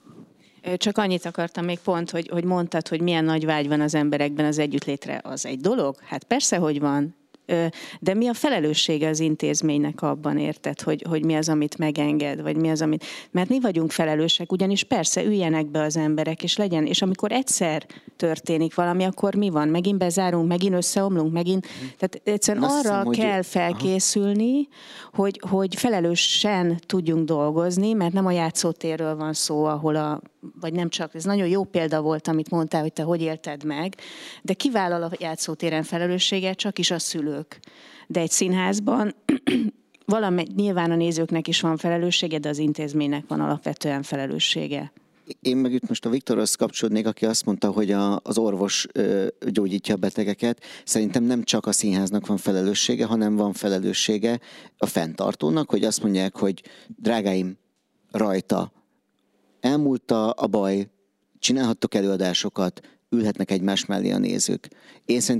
Csak annyit akartam még pont, hogy, hogy mondtad, hogy milyen nagy vágy van az emberekben az együttlétre. Az egy dolog? Hát persze, hogy van. De mi a felelőssége az intézménynek abban, érted, hogy, hogy mi az, amit megenged, vagy mi az, amit... Mert mi vagyunk felelősek, ugyanis persze üljenek be az emberek, és legyen, és amikor egyszer történik valami, akkor mi van? Megint bezárunk, megint összeomlunk, megint... Tehát egyszerűen Azt arra hiszem, hogy... kell felkészülni, hogy, hogy felelősen tudjunk dolgozni, mert nem a játszótérről van szó, ahol a... vagy nem csak, ez nagyon jó példa volt, amit mondtál, hogy te hogy élted meg, de kivállal a játszótéren felelősséget, csak is a szülők. De egy színházban valamely, nyilván a nézőknek is van felelőssége, de az intézménynek van alapvetően felelőssége. Én meg itt most a Viktorhoz kapcsolódnék, aki azt mondta, hogy a, az orvos ö, gyógyítja a betegeket. Szerintem nem csak a színháznak van felelőssége, hanem van felelőssége a fenntartónak, hogy azt mondják, hogy drágáim, rajta elmúlt a, a baj, csinálhattok előadásokat, ülhetnek egymás mellé a nézők. Én szerintem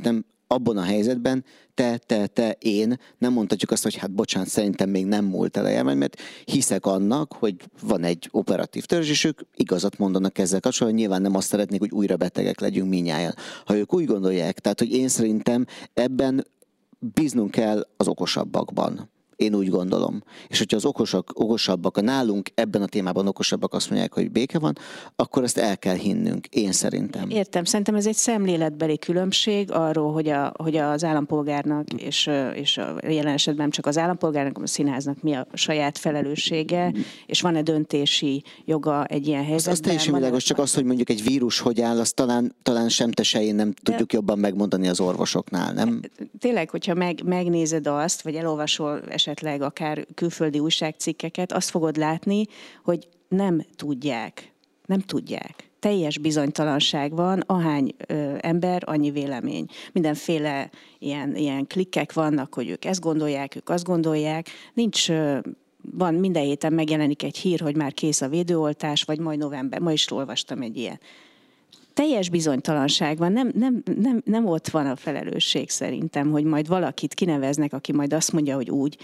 abban a helyzetben te, te, te, én nem mondhatjuk azt, hogy hát bocsánat, szerintem még nem múlt el a járvány, mert hiszek annak, hogy van egy operatív törzs, és ők igazat mondanak ezzel kapcsolatban, nyilván nem azt szeretnék, hogy újra betegek legyünk mindnyájan. Ha ők úgy gondolják, tehát hogy én szerintem ebben bíznunk kell az okosabbakban. Én úgy gondolom. És hogyha az okosak, okosabbak, a nálunk ebben a témában okosabbak azt mondják, hogy béke van, akkor ezt el kell hinnünk, én szerintem. Értem, szerintem ez egy szemléletbeli különbség arról, hogy, a, hogy az állampolgárnak, és, és a jelen esetben nem csak az állampolgárnak, a színháznak mi a saját felelőssége, és van-e döntési joga egy ilyen helyzetben. Az, az teljesen világos, csak az, hogy mondjuk egy vírus hogy áll, azt talán, talán sem te se én nem tudjuk De... jobban megmondani az orvosoknál, nem? Tényleg, hogyha meg, megnézed azt, vagy elolvasol esetleg akár külföldi újságcikkeket, azt fogod látni, hogy nem tudják. Nem tudják. Teljes bizonytalanság van, ahány ö, ember, annyi vélemény. Mindenféle ilyen, ilyen klikkek vannak, hogy ők ezt gondolják, ők azt gondolják. Nincs, ö, van minden héten megjelenik egy hír, hogy már kész a védőoltás, vagy majd november. Ma is olvastam egy ilyen. Teljes bizonytalanság van, nem, nem, nem, nem ott van a felelősség szerintem, hogy majd valakit kineveznek, aki majd azt mondja, hogy úgy.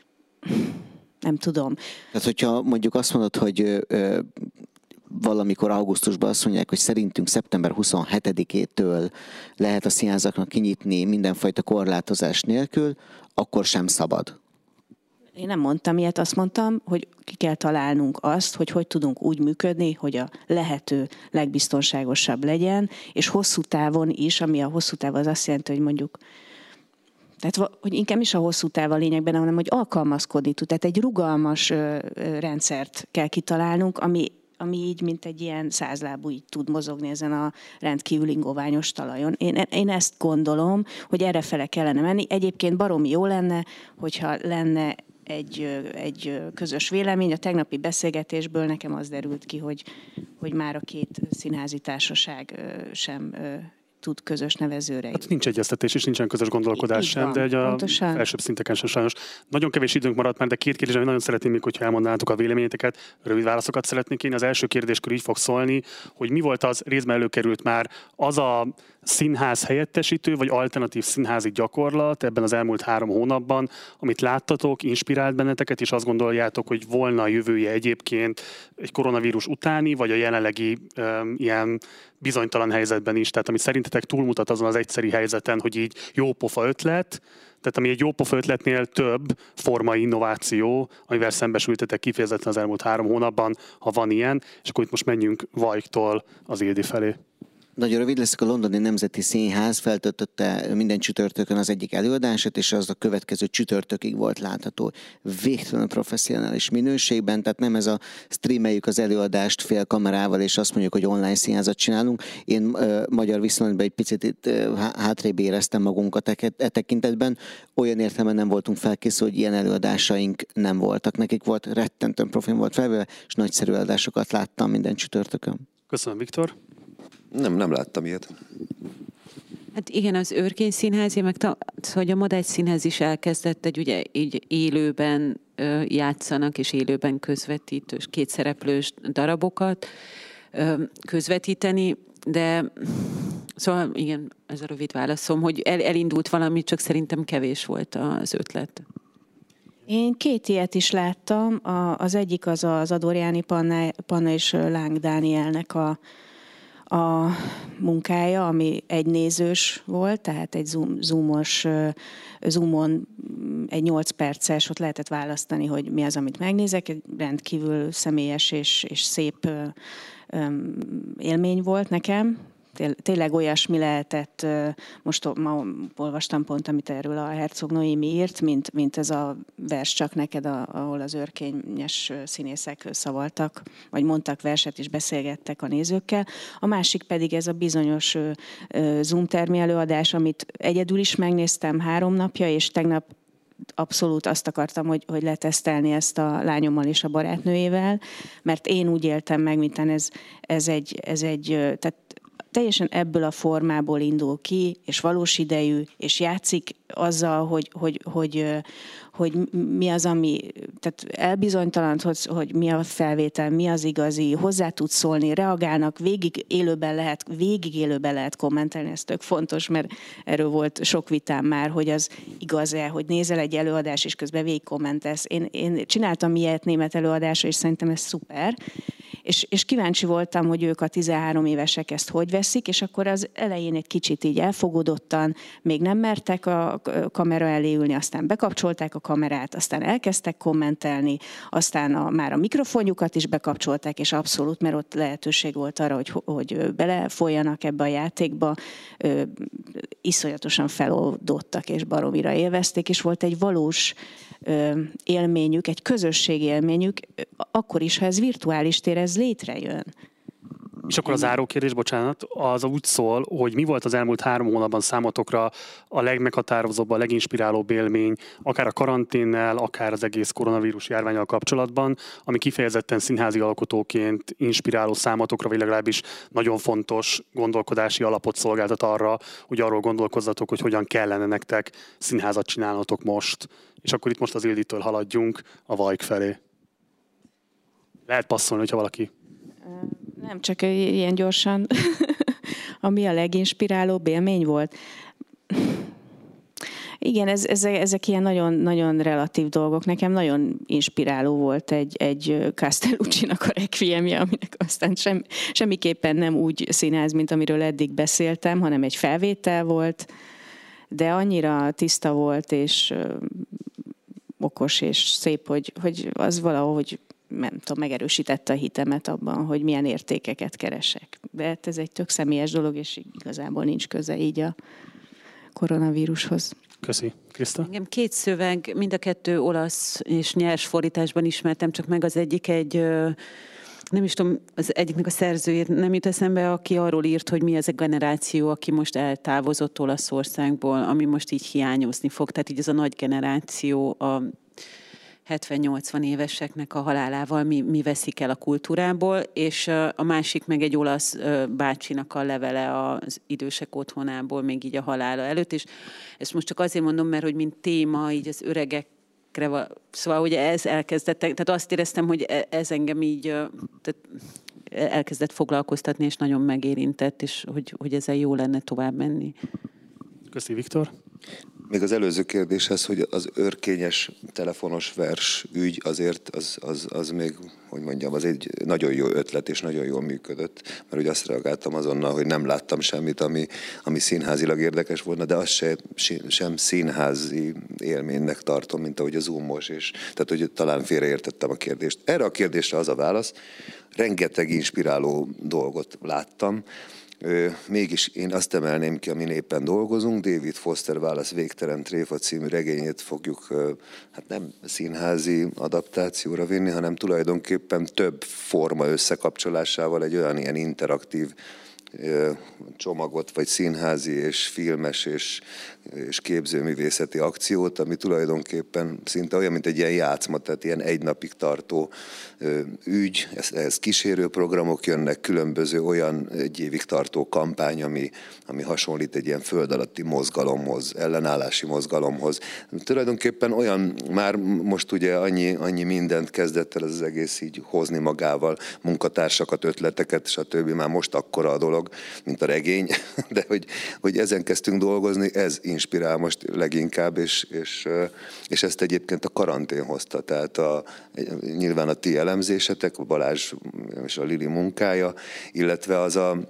Nem tudom. Tehát, hogyha mondjuk azt mondod, hogy ö, ö, valamikor augusztusban azt mondják, hogy szerintünk szeptember huszonhetedikétől lehet a színházaknak kinyitni mindenfajta korlátozás nélkül, akkor sem szabad. Én nem mondtam ilyet, azt mondtam, hogy ki kell találnunk azt, hogy hogy tudunk úgy működni, hogy a lehető legbiztonságosabb legyen, és hosszú távon is, ami a hosszú táv az azt jelenti, hogy mondjuk Tehát, hogy inkább is a hosszú táv a lényegben, hanem hogy alkalmazkodni tud. Tehát egy rugalmas ö, ö, rendszert kell kitalálnunk, ami, ami így, mint egy ilyen százlábú, így tud mozogni ezen a rendkívül ingoványos talajon. Én, én ezt gondolom, hogy errefele kellene menni. Egyébként baromi jó lenne, hogyha lenne egy, egy közös vélemény. A tegnapi beszélgetésből nekem az derült ki, hogy, hogy már a két színházi társaság sem tud közös nevezőre. Hát nincs egyeztetés és nincsen közös gondolkodás Így sem, van, de egy a pontosan. felsőbb szinteken sem sajnos. Nagyon kevés időnk maradt már, de két kérdés, amit nagyon szeretném még, hogyha elmondanátok a véleményeteket, rövid válaszokat szeretnék én. Az első kérdéskör így fog szólni, hogy mi volt az, részben előkerült már az a színház helyettesítő, vagy alternatív színházi gyakorlat ebben az elmúlt három hónapban, amit láttatok, inspirált benneteket, és azt gondoljátok, hogy volna a jövője egyébként egy koronavírus utáni, vagy a jelenlegi um, ilyen bizonytalan helyzetben is, tehát ami szerintetek túlmutat azon az egyszeri helyzeten, hogy így jópofa ötlet, tehát ami egy jópofa ötletnél több formai innováció, amivel szembesültetek kifejezetten az elmúlt három hónapban, ha van ilyen, és akkor itt most menjünk Vajktól az Ildi felé. Nagyon rövid leszek, a Londoni Nemzeti Színház feltöltötte minden csütörtökön az egyik előadását, és az a következő csütörtökig volt látható végtelenül professzionális minőségben, tehát nem ez a streameljük az előadást fél kamerával, és azt mondjuk, hogy online színházat csinálunk. Én uh, magyar viszonylatban egy picit itt uh, hátrébb éreztem magunkat e, e tekintetben. Olyan értelemben nem voltunk felkészülve, hogy ilyen előadásaink nem voltak. Nekik volt rettentően profin volt felvéve, és nagyszerű előadásokat láttam minden csütörtökön. Köszönöm, Viktor. Nem, nem láttam ilyet. Hát igen, az Őrkény Színház, meg ta, hogy a Madács Színház is elkezdett egy ugye így élőben ö, játszanak, és élőben közvetítős, kétszereplős darabokat ö, közvetíteni, de szóval igen, ez a rövid válaszom, hogy el, elindult valami, csak szerintem kevés volt az ötlet. Én két ilyet is láttam. A, az egyik az az Adorjáni Panna, Panna és Láng Dánielnek a a munkája, ami egy nézős volt, tehát egy zoom, zoomos, zoomon egy nyolc perces, ott lehetett választani, hogy mi az, amit megnézek. Egy rendkívül személyes és, és szép élmény volt nekem. Tényleg olyasmi lehetett, most ma olvastam pont, amit erről a Herzog Noémi írt, mint, mint ez a vers Csak neked, ahol az őrkényes színészek szavaltak, vagy mondtak verset és beszélgettek a nézőkkel. A másik pedig ez a bizonyos Zoom termi előadás, amit egyedül is megnéztem három napja, és tegnap abszolút azt akartam, hogy, hogy letesztelni ezt a lányommal és a barátnőjével, mert én úgy éltem meg, mintán ez, ez egy, ez egy tehát teljesen ebből a formából indul ki, és valós idejű, és játszik azzal, hogy, hogy, hogy, hogy mi az, ami, tehát elbizonytalant, hogy, hogy mi a felvétel, mi az igazi, hozzá tud szólni, reagálnak, végig élőben lehet, végig élőben lehet kommentelni, ez tök fontos, mert erről volt sok vitám már, hogy az igaz-e, hogy nézel egy előadás, és közben végig kommentelsz. Én, én csináltam ilyet német előadásra, és szerintem ez szuper, és, és kíváncsi voltam, hogy ők a tizenhárom évesek ezt hogy veszik, és akkor az elején egy kicsit így elfogadottan, még nem mertek a kamera elé ülni, aztán bekapcsolták a kamerát, aztán elkezdtek kommentelni, aztán a, már a mikrofonjukat is bekapcsolták, és abszolút, mert ott lehetőség volt arra, hogy, hogy belefoljanak ebbe a játékba, ö, iszonyatosan feloldottak, és baromira élvezték, és volt egy valós ö, élményük, egy közösségi élményük, akkor is, ha ez virtuális tér, ez létrejön. És akkor a záró kérdés, bocsánat, az úgy szól, hogy mi volt az elmúlt három hónapban számotokra a legmeghatározóbb, a leginspirálóbb élmény, akár a karanténnel, akár az egész koronavírus járvánnyal kapcsolatban, ami kifejezetten színházi alkotóként inspiráló számotokra, vagy legalábbis nagyon fontos gondolkodási alapot szolgáltat arra, hogy arról gondolkozzatok, hogy hogyan kellene nektek színházat csinálnotok most. És akkor itt most az Ilditől haladjunk a Vajk felé. Lehet passzolni, hogyha valaki... Nem, csak ilyen gyorsan, ami a leginspirálóbb élmény volt. Igen, ez, ez, ezek ilyen nagyon, nagyon relatív dolgok. Nekem nagyon inspiráló volt egy, egy Castellucci-nak a requiemje, aminek aztán sem, semmiképpen nem úgy színház, mint amiről eddig beszéltem, hanem egy felvétel volt, de annyira tiszta volt, és ö, okos, és szép, hogy, hogy az valahogy nem tudom, megerősítette a hitemet abban, hogy milyen értékeket keresek. De hát ez egy tök személyes dolog, és igazából nincs köze így a koronavírushoz. Köszi. Kriszta? Engem két szöveg, mind a kettő olasz és nyers fordításban ismertem, csak meg az egyik egy, nem is tudom, az egyiknek a szerzőjét nem jut eszembe, aki arról írt, hogy mi az a generáció, aki most eltávozott Olaszországból, ami most így hiányozni fog. Tehát így ez a nagy generáció, a hetven-nyolcvan éveseknek a halálával mi, mi veszik el a kultúrából, és a másik meg egy olasz bácsinak a levele az idősek otthonából, még így a halála előtt, és ezt most csak azért mondom, mert hogy mint téma így az öregekre, szóval ugye ez elkezdett, tehát azt éreztem, hogy ez engem így tehát elkezdett foglalkoztatni, és nagyon megérintett, és hogy, hogy ezzel jó lenne tovább menni. Köszi, Viktor. Még az előző kérdéshez, hogy az őrkényes telefonos vers ügy azért az, az, az még, hogy mondjam, az egy nagyon jó ötlet, és nagyon jól működött, mert ugye azt reagáltam azonnal, hogy nem láttam semmit, ami, ami színházilag érdekes volna, de azt se, sem színházi élménynek tartom, mint ahogy a Zoom-os, és tehát, hogy talán félreértettem a kérdést. Erre a kérdésre az a válasz, rengeteg inspiráló dolgot láttam. Mégis én azt emelném ki, amin éppen dolgozunk, David Foster Wallace Végtelen tréfa című regényét fogjuk hát nem színházi adaptációra vinni, hanem tulajdonképpen több forma összekapcsolásával egy olyan ilyen interaktív csomagot, vagy színházi és filmes és, és képzőművészeti akciót, ami tulajdonképpen szinte olyan, mint egy ilyen játszma, tehát ilyen egy napig tartó ügy, ehhez kísérő programok jönnek, különböző olyan egy évig tartó kampány, ami, ami hasonlít egy ilyen föld alatti mozgalomhoz, ellenállási mozgalomhoz. Tulajdonképpen olyan, már most ugye annyi, annyi mindent kezdett el ez az egész így hozni magával, munkatársakat, ötleteket, stb. Már most akkora a dolog, mint a regény, de hogy, hogy ezen kezdtünk dolgozni, ez inspirál most leginkább, és, és, és ezt egyébként a karantén hozta. Tehát a, nyilván a ti elemzésetek, a Balázs és a Lili munkája, illetve az a,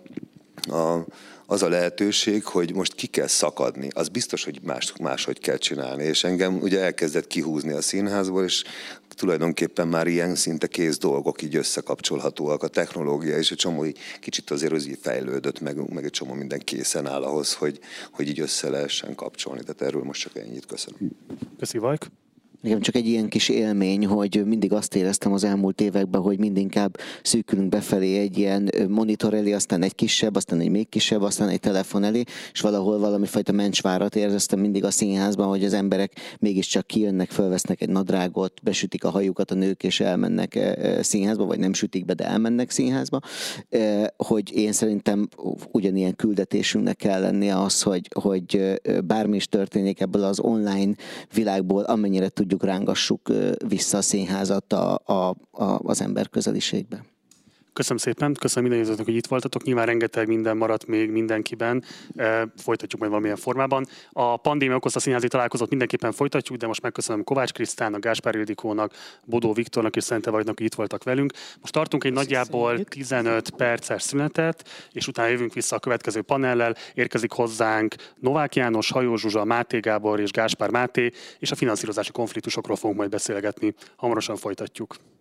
a az a lehetőség, hogy most ki kell szakadni. Az biztos, hogy más, máshogy kell csinálni. És engem ugye elkezdett kihúzni a színházból, és tulajdonképpen már ilyen szinte kész dolgok így összekapcsolhatóak. A technológia és egy csomó így, kicsit azért az így fejlődött, meg, meg egy csomó minden készen áll ahhoz, hogy, hogy így össze lehessen kapcsolni. Tehát erről most csak ennyit. Köszönöm. Köszi, Vajk. Nekem csak egy ilyen kis élmény, hogy mindig azt éreztem az elmúlt években, hogy mindinkább szűkülünk befelé egy ilyen monitor elé, aztán egy kisebb, aztán egy még kisebb, aztán egy telefon elé, és valahol valami fajta mencsvárat érzeztem mindig a színházban, hogy az emberek mégiscsak kijönnek, fölvesznek egy nadrágot, besütik a hajukat a nők, és elmennek színházba, vagy nem sütik be, de elmennek színházba. Hogy én szerintem ugyanilyen küldetésünknek kell lennie az, hogy, hogy bármi is történik ebből az online világból, amennyire tudjuk rángassuk vissza a színházat a, a, a, az ember közeliségbe. Köszönöm szépen, köszönöm mindenkinek, hogy itt voltatok. Nyilván rengeteg minden maradt még mindenkiben. Folytatjuk majd valamilyen formában. A pandémia okozta színházi találkozót mindenképpen folytatjuk, de most megköszönöm Kovács Krisztának, Gáspár Ildikónak, Bodó Viktornak és Szente Vajnak, hogy itt voltak velünk. Most tartunk egy nagyjából tizenöt perces szünetet, és utána jövünk vissza a következő panellel. Érkezik hozzánk Novák János, Hajó Zsuzsa, Máté Gábor és Gáspár Máté, és a finanszírozási konfliktusokról fogunk majd beszélgetni. Hamarosan folytatjuk.